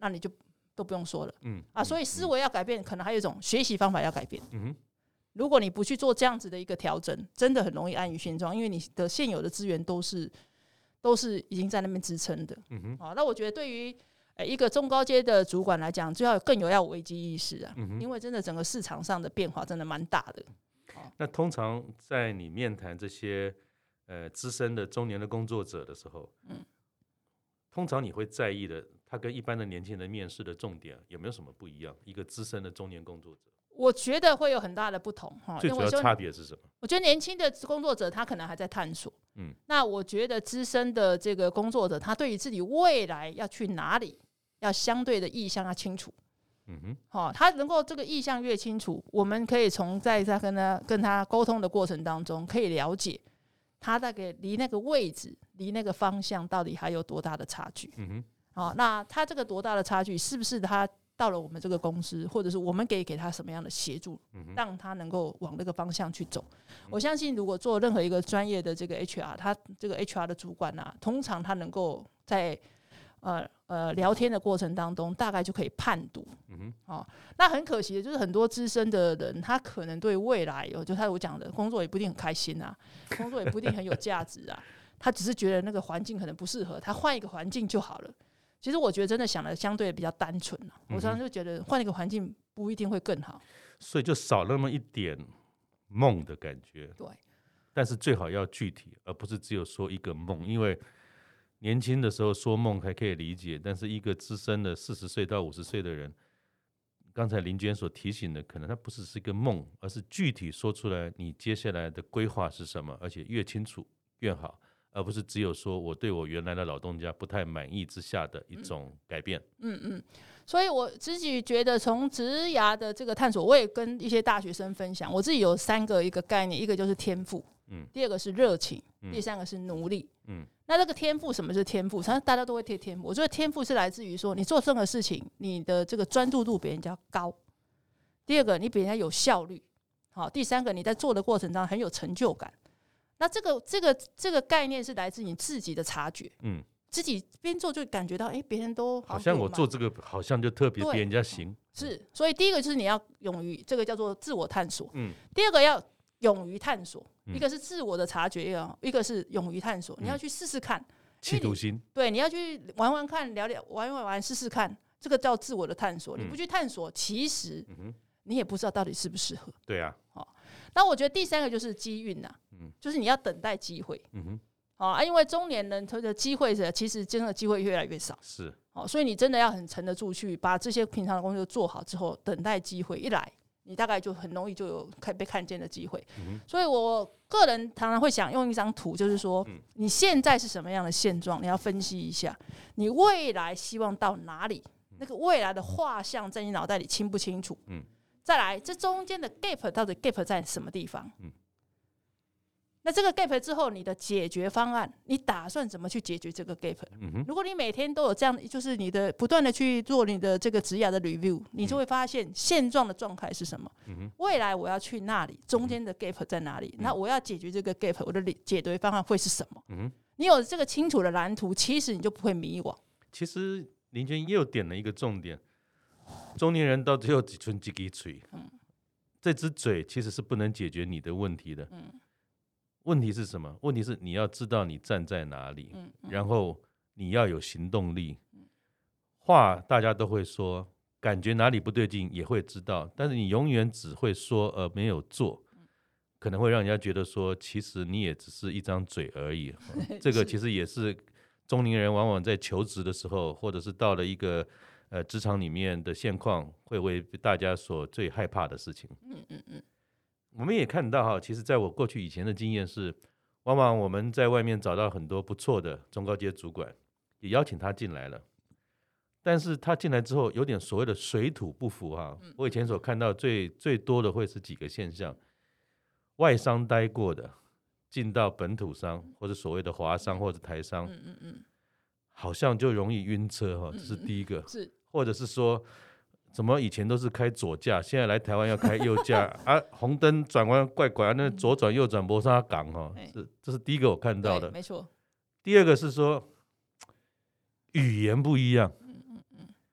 那你就都不用说了。 嗯啊，所以思维要改变，可能还有一种学习方法要改变。 嗯哼， 如果你不去做这样子的一个调整，真的很容易安于现状，因为你的现有的资源都是都是已经在那边支撑的。 嗯哼， 啊，那我觉得对于呃一个中高阶的主管来讲，最好更有要有危机意识啊， 嗯因为真的整个市场上的变化真的蛮大的。 那通常在你面谈这些呃资深的中年的工作者的时候，嗯，通常你会在意的，他跟一般的年轻人面试的重点有没有什么不一样？一个资深的中年工作者， 我觉得会有很大的不同哈， 最主要差别是什么？ 我觉得年轻的工作者他可能还在探索，嗯，那我觉得资深的这个工作者，他对于自己未来要去哪里，要相对的意向要清楚。嗯哼，好，他能够这个意向越清楚，我们可以从在他跟他跟他沟通的过程当中，可以了解他大概离那个位置、离那个方向到底还有多大的差距。嗯哼，好，那他这个多大的差距，是不是他到了我们这个公司，或者是我们给给他什么样的协助，让他能够往那个方向去走？我相信，如果做任何一个专业的这个 H R， 他这个 H R 的主管啊，通常他能够在呃呃聊天的过程当中，大概就可以判读。嗯哼，哦，那很可惜的就是很多资深的人，他可能对未来有，就他我讲的工作也不一定很开心啊，工作也不一定很有价值啊，他只是觉得那个环境可能不适合，他换一个环境就好了。其实我觉得真的想的相对比较单纯了、啊，我常常就觉得换一个环境不一定会更好， 所以就少那么一点梦的感觉。 对， 但是最好要具体，而不是只有说一个梦，因为年轻的时候说梦还可以理解，但是一个资深的四十岁到五十岁的人，刚才林娟所提醒的，可能它不是是一个梦，而是具体说出来你接下来的规划是什么，而且越清楚越好。而不是只有说我对我原来的老东家不太满意之下的一种改变。嗯嗯， 所以我自己觉得从职涯的这个探索，我也跟一些大学生分享，我自己有三个一个概念，一个就是天赋，嗯，第二个是热情，嗯、第三个是努力，嗯。那这个天赋，什么是天赋？大家都会贴天赋。我觉得天赋是来自于说，你做任何事情，你的这个专注度比人家高。第二个，你比人家有效率。好，第三个，你在做的过程当中很有成就感。那这个这个这个概念是来自你自己的察觉，嗯，自己边做就感觉到，哎、欸，别人都好像, 好像我做这个好像就特别比人家行， 是，所以第一个就是你要勇于这个叫做自我探索，嗯，第二个要勇于探索，嗯、一个是自我的察觉，一个是勇于探索，嗯、你要去试试看， 企图心， 对，你要去玩玩看，聊聊玩玩玩试试看，这个叫自我的探索。嗯、你不去探索，其实你也不知道到底适不适合。 对啊， 好。那我觉得第三个就是机运呐、啊，嗯、就是你要等待机会，嗯哼，好啊，因为中年人他的机会是其实真的机会越来越少， 是， 好，所以你真的要很沉得住去把这些平常的工作做好之后，等待机会一来，你大概就很容易就有看被看见的机会。嗯、所以我个人常常会想用一张图，就是说、嗯、你现在是什么样的现状，你要分析一下，你未来希望到哪里，那个未来的画像在你脑袋里清不清楚？嗯。再来，这中间的 gap 到底 gap 在什么地方？嗯，那这个 gap 之后，你的解决方案，你打算怎么去解决这个 gap？嗯、如果你每天都有这样，就是你的不断的去做你的这个职涯的 review， 你就会发现现状的状态是什么？嗯、未来我要去那里，中间的 gap 在哪里？嗯、那我要解决这个 gap， 我的解决方案会是什么？嗯、你有这个清楚的蓝图，其实你就不会迷惘。 其实林娟又点了一个重点。中年人到最后只剩几支嘴，嗯、这只嘴其实是不能解决你的问题的。嗯、问题是什么？问题是你要知道你站在哪里，嗯嗯、然后你要有行动力。嗯、话大家都会说，感觉哪里不对劲也会知道，但是你永远只会说而没有做，嗯、可能会让人家觉得说，其实你也只是一张嘴而已。这个其实也是中年人往往在求职的时候，或者是到了一个呃，职场里面的现况会为大家所最害怕的事情。嗯嗯嗯，我们也看到哈，其实在我过去以前的经验是，往往我们在外面找到很多不错的中高阶主管，也邀请他进来了，但是他进来之后有点所谓的水土不服哈。嗯、我以前所看到最最多的会是几个现象：外商待过的进到本土商，或者所谓的华商或者台商，嗯嗯嗯，好像就容易晕车哈，这是第一个。嗯、是。或者是说，怎么以前都是开左驾，现在来台湾要开右驾啊？红灯转弯怪怪，那左转右转没啥港哈，这这是第一个我看到的， 没错。 第二个是说语言不一样，嗯嗯嗯，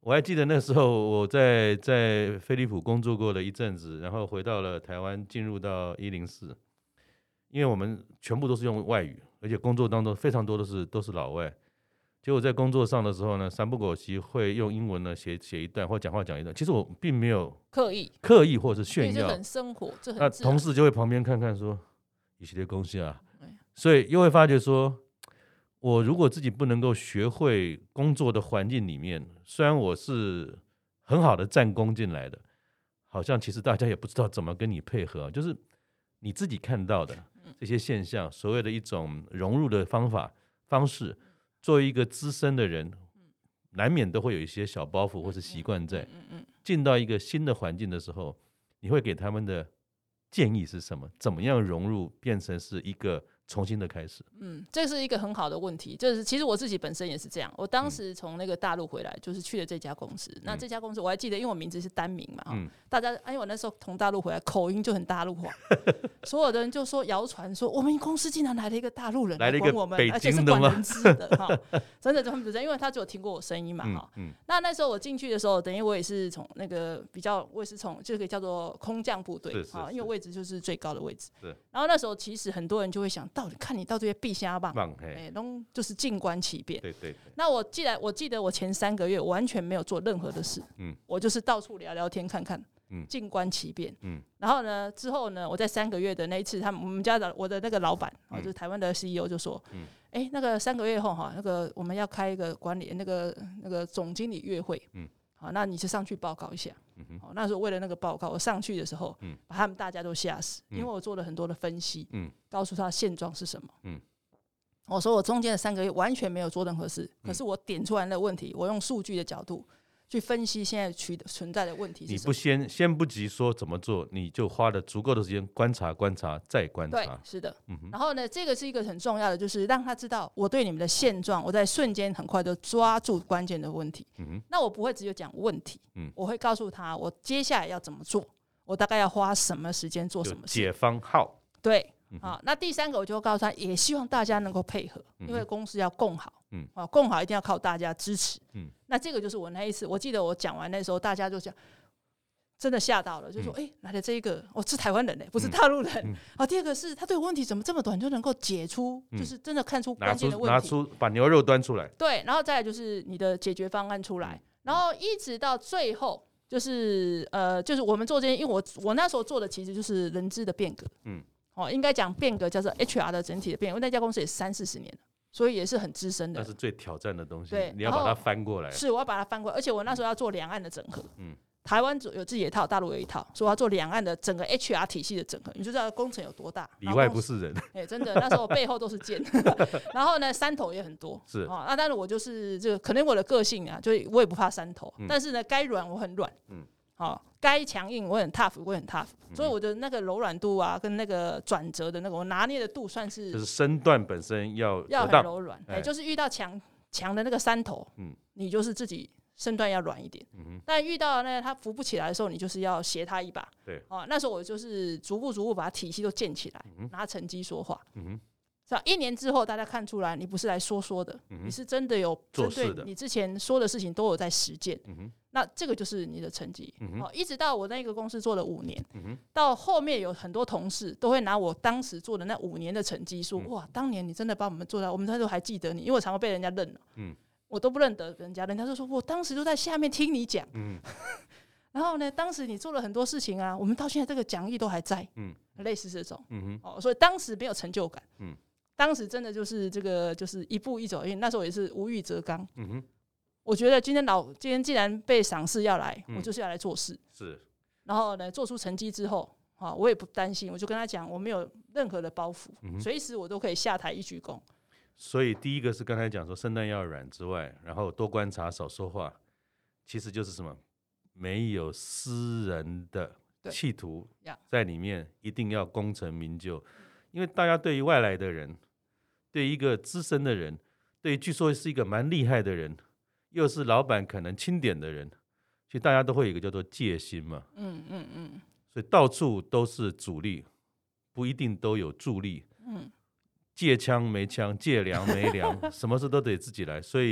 我还记得那时候我在在飞利浦工作过了一阵子，然后回到了台湾，进入到一零四，因为我们全部都是用外语，而且工作当中非常多都是都是老外。结果在工作上的时候呢，三不狗席会用英文呢写写一段或讲话讲一段，其实我并没有刻意刻意或者是炫耀， 因为这很生活，这很那自然同事就会旁边看看说一系列东西啊，所以又会发觉说，我如果自己不能够学会工作的环境里面，虽然我是很好的站工进来的，好像其实大家也不知道怎么跟你配合，就是你自己看到的这些现象，所谓的一种融入的方法方式，作为一个资深的人，难免都会有一些小包袱或是习惯在。进到一个新的环境的时候，你会给他们的建议是什么？怎么样融入，变成是一个重新的开始？ 嗯，这是一个很好的问题。就是其实我自己本身也是这样。我当时从那个大陆回来，就是去了这家公司。嗯、那这家公司我还记得，因为我名字是单名嘛，嗯、大家因为我那时候从大陆回来，口音就很大陆话，所有的人就说谣传说我们公司竟然来了一个大陆人来管我们， 北而且是管人资的哈，真的他们不是，因为他只有听过我声音嘛哈、嗯嗯。那那时候我进去的时候，等于我也是从那个比较，我也是从这个叫做空降部队啊，因为位置就是最高的位置。然后那时候其实很多人就会想，到底看你到底避瞎吧，哎，都就是静观其变。 对 对, 对。 那我记得我记得我前三个月我完全没有做任何的事，嗯，我就是到处聊聊天看看，嗯，静观其变，嗯。然后呢，之后呢，我在三个月的那一次，他们我们家的我的那个老板啊、嗯，就是台湾的 C E O 就说，嗯，哎，那个三个月后哈，那个我们要开一个管理那个那个总经理月会，嗯。好，那你就上去报告一下。嗯、好，那时候为了那个报告，我上去的时候，嗯、把他们大家都吓死、嗯，因为我做了很多的分析，嗯、告诉他的现状是什么。嗯、我说我中间的三个月完全没有做任何事，嗯、可是我点出来的问题，我用数据的角度去分析现在取存在的问题是什么。 你不先先不急说怎么做，你就花了足够的时间观察观察再观察。 对，是的。嗯、然后呢，这个是一个很重要的，就是让他知道我对你们的现状，我在瞬间很快就抓住关键的问题。嗯、那我不会只有讲问题、嗯，我会告诉他我接下来要怎么做，我大概要花什么时间做什么事。 解方号。 对。好，那第三个我就告诉他，也希望大家能够配合，因为公司要共好，嗯，啊，共好一定要靠大家支持，嗯，那这个就是我那一次，我记得我讲完那时候，大家就讲，真的吓到了，就说，哎、嗯欸，来了这一个，哦，是台湾人嘞，不是大陆人。好、嗯啊，第二个是他对问题怎么这么短就能够解出，嗯、就是真的看出关键的问题， 拿出拿出把牛肉端出来， 对，然后再来就是你的解决方案出来，嗯、然后一直到最后。就是呃，就是我们做这件，因为我我那时候做的其实就是人资的变革，嗯，哦，应该讲变革叫做 H R 的整体的变革，因为那家公司也三四十年了，所以也是很资深的。 那是最挑战的东西， 对， 你要把它翻过来。 是，我要把它翻过来，而且我那时候要做两岸的整合，嗯，台湾有自己的一套，大陆有一套，所以我要做两岸的整个 H R 体系的整合，你就知道工程有多大， 里外不是人。 哎、欸，真的，那时候我背后都是剑，然后呢，山头也很多， 是啊，那但是我就是这个，可能我的个性啊，就我也不怕山头，嗯、但是呢，该软我很软，嗯。好，该强硬我很 tough， 我很 tough，、嗯、所以我的那个柔软度啊，跟那个转折的那个我拿捏的度算是， 就是身段本身要要很柔软，哎、欸，就是遇到强强的那个山头，嗯，你就是自己身段要软一点，嗯，但遇到那他扶不起来的时候，你就是要携他一把， 对， 哦，那时候我就是逐步逐步把体系都建起来，嗯、拿成绩说话，嗯。一年之后，大家看出来你不是来说说的，嗯、你是真的有针对你之前说的事情都有在实践。嗯、那这个就是你的成绩。嗯、一直到我那个公司做了五年，嗯、到后面有很多同事都会拿我当时做的那五年的成绩说：“嗯、哇，当年你真的把我们做到，我们那时候还记得你，因为我常常被人家认了，嗯、我都不认得人家，人家就说我当时都在下面听你讲。嗯”然后呢？当时你做了很多事情啊，我们到现在这个讲义都还在，嗯、类似这种，嗯哦，所以当时没有成就感，嗯、当时真的就是这个，就是一步一走，因为那时候也是无欲则刚，嗯哼。我觉得今天老今天既然被赏识要来，嗯、我就是要来做事， 是。 然后呢，做出成绩之后，啊，我也不担心，我就跟他讲，我没有任何的包袱，随、嗯、时我都可以下台一鞠躬。 所以第一个是刚才讲说身段要软之外，然后多观察少说话，其实就是什么？没有私人的企图在里面，一定要功成名就。因为大家对于外来的人，对于一个资深的人，对于据说是一个蛮厉害的人，又是老板可能钦点的人，其实大家都会有一个叫做戒心嘛。嗯嗯嗯。所以到处都是阻力，不一定都有助力。嗯。借枪没枪，借粮没粮，什么事都得自己来。所以其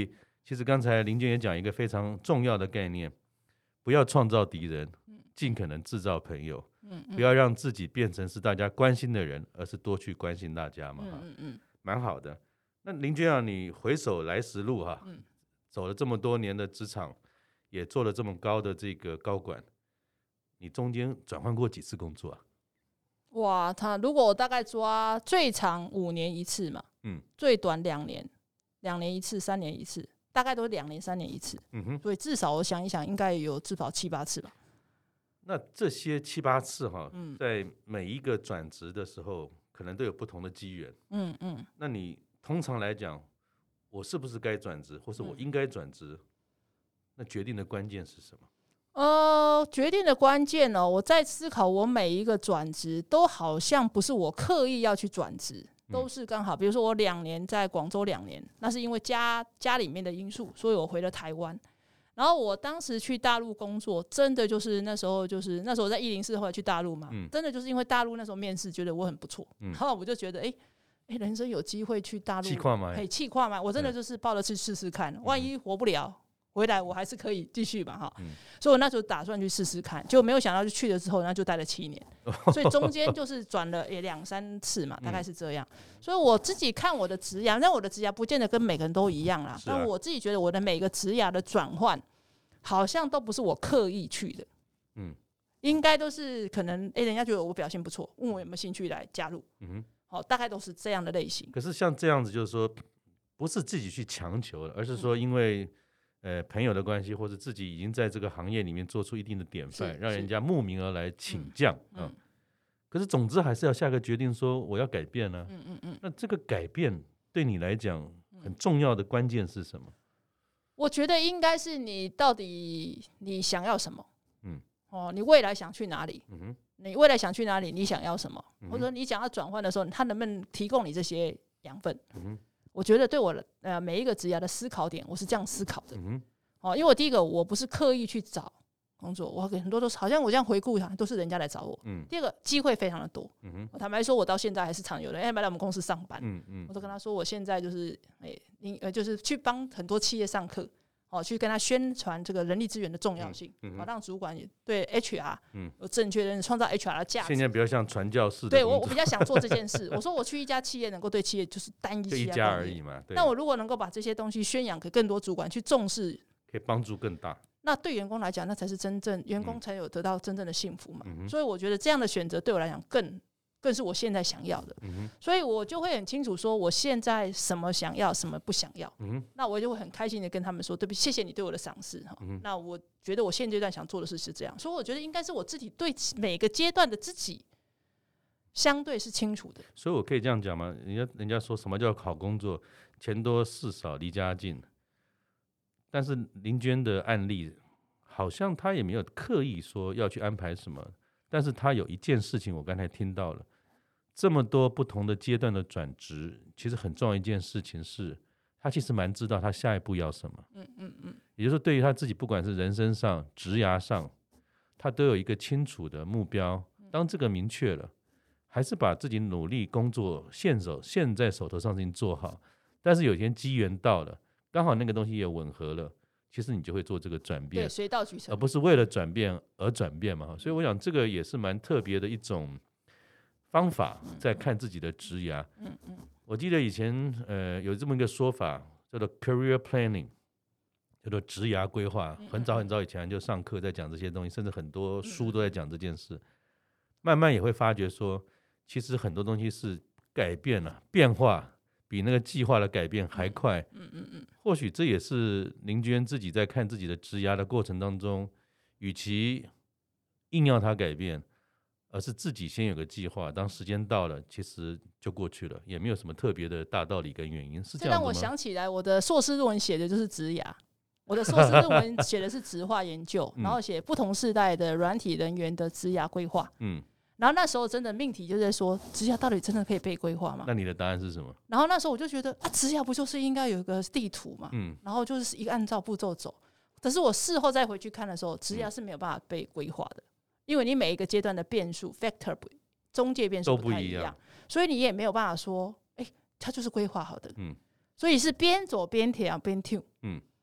其实刚才林娟也讲一个非常重要的概念，不要创造敌人，尽可能制造朋友，嗯嗯、不要让自己变成是大家关心的人，而是多去关心大家嘛，嗯嗯嗯，蛮好的。那林娟啊，你回首来时路哈，嗯、走了这么多年的职场，也做了这么高的这个高管，你中间转换过几次工作啊？ 哇，他如果我大概抓最长五年一次嘛，嗯，最短两年，两年一次，三年一次，大概都是两年三年一次，嗯哼，所以至少我想一想，应该有至少七八次吧。 那这些七八次哈，嗯、在每一个转职的时候，可能都有不同的机缘，嗯嗯。那你通常来讲，我是不是该转职，或是我应该转职？嗯、那决定的关键是什么？ 呃，决定的关键呢、哦，我在思考，我每一个转职都好像不是我刻意要去转职，都是刚好，比如说我两年在广州两年，那是因为家家里面的因素，所以我回了台湾。然后我当时去大陆工作，真的就是那时候就是那时候我在一零四后来去大陆嘛，嗯、真的就是因为大陆那时候面试觉得我很不错，嗯、然后我就觉得哎。欸欸、人生有机会去大陆， 气跨嘛， 可以气跨嘛，我真的就是抱着去试试看，嗯、万一活不了。回来我还是可以继续嘛哈，嗯、所以我那时候打算去试试看，结果没有想到就去了之后，那就待了七年，所以中间就是转了也两三次嘛，大概是这样。嗯、所以我自己看我的职涯，但我的职涯不见得跟每个人都一样啦。啊、但我自己觉得我的每个职涯的转换，好像都不是我刻意去的，嗯，应该都是可能哎、欸，人家觉得我表现不错，问我有没有兴趣来加入，嗯哼，好，大概都是这样的类型。 可是像这样子，就是说不是自己去强求的，而是说因为。嗯呃，朋友的关系，或者自己已经在这个行业里面做出一定的典范，让人家慕名而来请教。嗯，嗯可是总之还是要下个决定，说我要改变呢、啊。嗯嗯嗯。那这个改变对你来讲很重要的关键是什么？ 我觉得应该是你到底你想要什么。嗯。哦，你未来想去哪里？嗯哼。你未来想去哪里？你想要什么？嗯、或者你想要转换的时候，他能不能提供你这些养分？嗯哼。我觉得对我呃每一个职涯的思考点，我是这样思考的。嗯、哦，因为我第一个我不是刻意去找工作，我很多都是好像我这样回顾一下，都是人家来找我。嗯、第二个机会非常的多。嗯、我坦白说，我到现在还是常有人哎来我们公司上班。嗯嗯、我都跟他说，我现在就是哎呃就是去帮很多企业上课。哦，去跟他宣传这个人力资源的重要性，嗯嗯、让主管也对 H R 有正确的创造 H R 的价值。 现在比较像传教士的， 对我我比较想做这件事。我说我去一家企业，能够对企业就是单一企业一家而已嘛。 那我如果能够把这些东西宣扬给更多主管去重视， 可以帮助更大。 那对员工来讲，那才是真正员工才有得到真正的幸福嘛。嗯、所以我觉得这样的选择对我来讲更。更是我现在想要的，嗯、所以我就会很清楚说我现在什么想要，什么不想要。嗯、那我就会很开心的跟他们说，对不起，谢谢你对我的赏识。嗯、那我觉得我现阶段想做的事是这样，所以我觉得应该是我自己对每个阶段的自己相对是清楚的。 所以我可以这样讲吗？人家人家说什么叫好工作，钱多事少离家近。但是林娟的案例，好像她也没有刻意说要去安排什么。但是他有一件事情，我刚才听到了，这么多不同的阶段的转职，其实很重要一件事情是，他其实蛮知道他下一步要什么。嗯嗯嗯。也就是说，对于他自己，不管是人生上、职涯上，他都有一个清楚的目标。当这个明确了，还是把自己努力工作、现手现在手头上的事情做好。但是有些机缘到了，刚好那个东西也吻合了。其实你就会做这个转变， 对，水到渠成， 而不是为了转变而转变嘛。所以我想这个也是蛮特别的一种方法，在看自己的职涯。嗯嗯，我记得以前呃有这么一个说法，叫做 career planning， 叫做职涯规划。很早很早以前就上课在讲这些东西，甚至很多书都在讲这件事。慢慢也会发觉说，其实很多东西是改变了、变化。比那个计划的改变还快，嗯嗯嗯，或许这也是林娟自己在看自己的职涯的过程当中，与其硬要他改变，而是自己先有个计划，当时间到了，其实就过去了，也没有什么特别的大道理跟原因，是这样子吗？这让我想起来，我的硕士论文写的就是职涯，我的硕士论文写的是职化研究，然后写不同世代的软体人员的职涯规划，嗯。然后那时候真的命题就在说，职涯到底真的可以被规划吗？ 那你的答案是什么？ 然后那时候我就觉得啊，职涯不就是应该有一个地图嘛，嗯，然后就是一个按照步骤走。可是我事后再回去看的时候，职涯是没有办法被规划的，因为你每一个阶段的变数 factor 中介变数不太一样，所以你也没有办法说，哎，它就是规划好的，嗯，所以是边走边调边 tune， 嗯，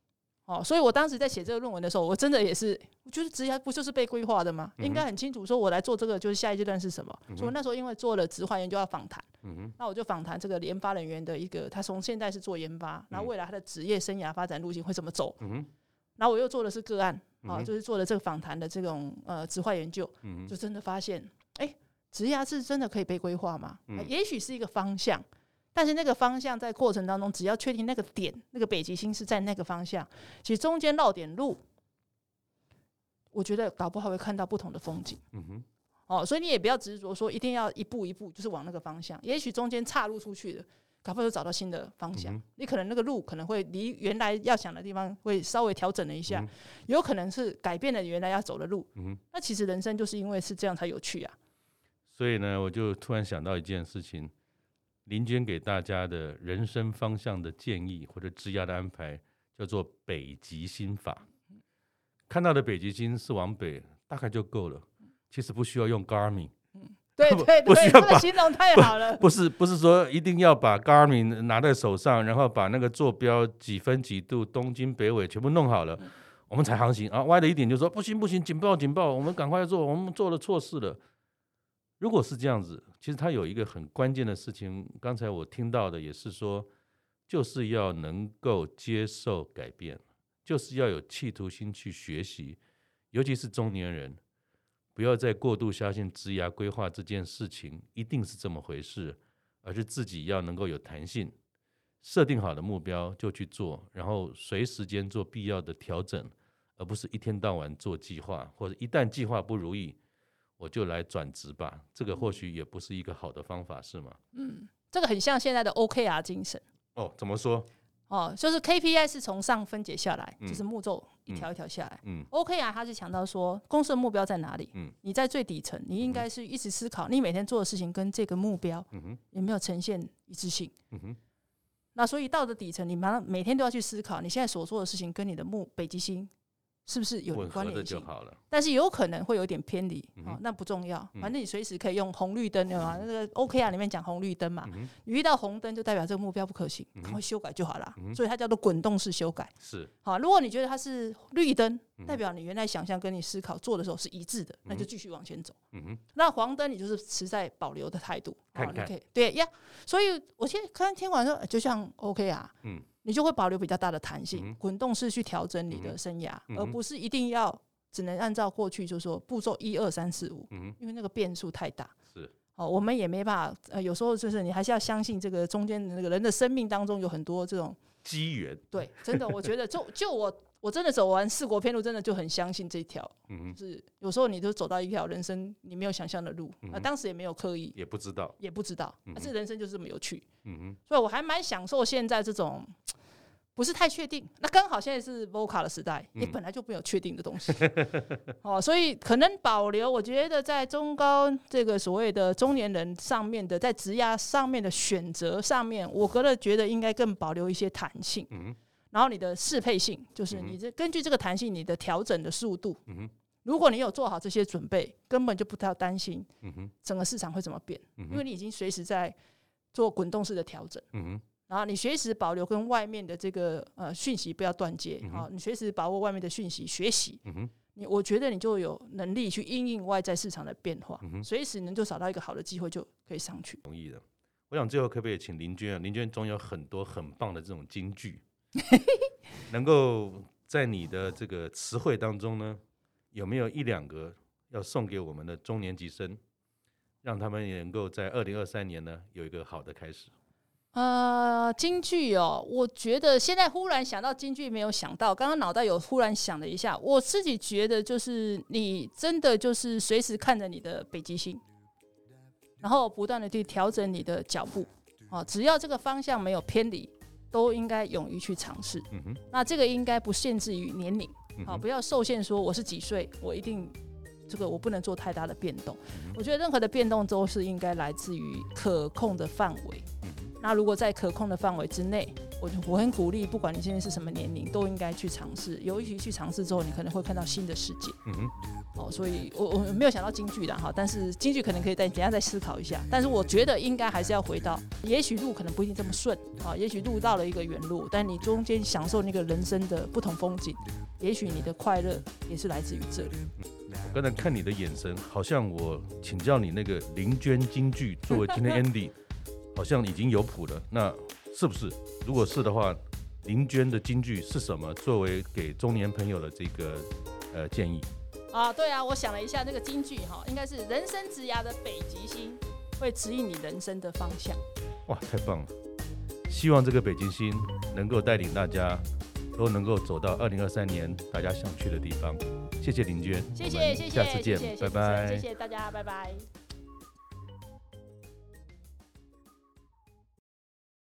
哦，所以我当时在写这个论文的时候，我真的也是，我觉得职涯不就是被规划的吗？嗯、应该很清楚，说我来做这个就是下一阶段是什么。嗯、所以那时候因为做了质化研究要访谈，嗯、那我就访谈这个研发人员的一个，他从现在是做研发，然后未来他的职业生涯发展路径会怎么走。嗯、然后我又做的是个案，啊、就是做了这个访谈的这种呃质化研究，嗯、就真的发现，哎，职涯是真的可以被规划吗？嗯、也许是一个方向。但是那个方向在过程当中，只要确定那个点，那个北极星是在那个方向，其实中间绕点路，我觉得搞不好会看到不同的风景。嗯哼，哦，所以你也不要执着说一定要一步一步就是往那个方向，也许中间岔路出去的，搞不好就找到新的方向。嗯、你可能那个路可能会离原来要想的地方会稍微调整了一下，嗯、有可能是改变了原来要走的路。嗯、那其实人生就是因为是这样才有趣啊。 所以呢，我就突然想到一件事情。林娟给大家的人生方向的建议或者职涯的安排叫做北极星法。看到的北极星是往北，大概就够了。其实不需要用 Garmin。 对对对，这个形容太好了。 不是不是说一定要把 Garmin 拿在手上，然后把那个坐标几分几度、东经北纬全部弄好了，我们才航行啊。歪了一点就说不行不行，警报警报，我们赶快做，我们做了错事了。如果是这样子，其实它有一个很关键的事情，刚才我听到的也是说，就是要能够接受改变，就是要有企图心去学习，尤其是中年人，不要再过度相信职涯规划这件事情一定是这么回事，而是自己要能够有弹性，设定好的目标就去做，然后随时间做必要的调整，而不是一天到晚做计划，或者一旦计划不如意，我就来转职吧，这个或许也不是一个好的方法，是吗？ 嗯，这个很像现在的 O K R 精神。 哦，怎么说？ 哦，就是 K P I 是从上分解下来，嗯、就是步骤一条一条下来。嗯、O K R 它是强调说公司的目标在哪里？嗯、你在最底层，你应该是一直思考，你每天做的事情跟这个目标有没有呈现一致性？嗯、那所以到了底层，你马上每天都要去思考，你现在所做的事情跟你的目北极星是不是有关联性？但是有可能会有点偏离，嗯哦、那不重要，反正你随时可以用红绿灯的嘛。嗯、那个 O K R 里面讲红绿灯嘛，嗯、你遇到红灯就代表这个目标不可行，赶快、嗯、修改就好了。嗯、所以它叫做滚动式修改。是，好，如果你觉得它是绿灯，嗯、代表你原来想象跟你思考做的时候是一致的，嗯、那就继续往前走。嗯、那黄灯你就是持在保留的态度， 看看， 你可以对呀。所以我现在刚听完说，就像 O K R，嗯。你就会保留比较大的弹性，滚、嗯、动式去调整你的生涯，嗯、而不是一定要只能按照过去就说步骤一二三四五，因为那个变数太大。是，哦，我们也没办法，呃，有时候就是你还是要相信这个中间的那个人的生命当中有很多这种机缘。对， 真的，我觉得就就我我真的走完四国篇路，真的就很相信这条。嗯，就是有时候你就走到一条人生你没有想象的路，嗯、啊，当时也没有刻意， 也不知道， 也不知道， 嗯、 啊，这人生就是这么有趣。嗯，所以我还蛮享受现在这种。不是太确定，那刚好现在是 V U C A 的时代，也、嗯、本来就没有确定的东西，哦，所以可能保留。我觉得在中高这个所谓的中年人上面的，在职涯上面的选择上面，我个人觉得应该更保留一些弹性。嗯、然后你的适配性，就是你这根据这个弹性，你的调整的速度。嗯、如果你有做好这些准备，根本就不太要担心整个市场会怎么变，嗯、因为你已经随时在做滚动式的调整。嗯，然后你随时保留跟外面的这个呃讯息不要断接，嗯哦、你随时把握外面的讯息学习，嗯、你我觉得你就有能力去因应外在市场的变化，嗯、随时能就找到一个好的机会就可以上去。 同意的。我想最后可不可以请林娟啊？林娟总有很多很棒的这种金句，能够在你的这个词汇当中呢，有没有一两个要送给我们的中年级生，让他们也能够在二零二三年呢有一个好的开始？ 呃，金句哦，我觉得现在忽然想到金句，没有想到，刚刚脑袋有忽然想了一下，我自己觉得就是你真的就是随时看着你的北极星，然后不断的去调整你的脚步，哦，只要这个方向没有偏离，都应该勇于去尝试。嗯、那这个应该不限制于年龄，好、哦，不要受限说我是几岁，我一定这个我不能做太大的变动。嗯、我觉得任何的变动都是应该来自于可控的范围。那如果在可控的范围之内， 我我很鼓励，不管你现在是什么年龄，都应该去尝试。尤其去尝试之后，你可能会看到新的世界。 嗯哼， 哦，所以我我没有想到京剧的哈，但是京剧可能可以再等一下再思考一下。但是我觉得应该还是要回到，也许路可能不一定这么顺啊，也许路到了一个原路，但你中间享受那个人生的不同风景，也许你的快乐也是来自于这里。 我刚才看你的眼神，好像我请教你那个林娟京剧作为今天 Andy， 好像已经有谱了。那是不是？如果是的话，林娟的京剧是什么？作为给中年朋友的这个呃建议啊，对啊，我想了一下，那个京剧哈，应该是人生职涯的北极星，会指引你人生的方向。 哇，太棒了！希望这个北极星能够带领大家都能够走到二零二三年大家想去的地方。谢谢林娟， 谢谢谢谢， 下次见， 谢谢拜拜， 谢谢大家，拜拜。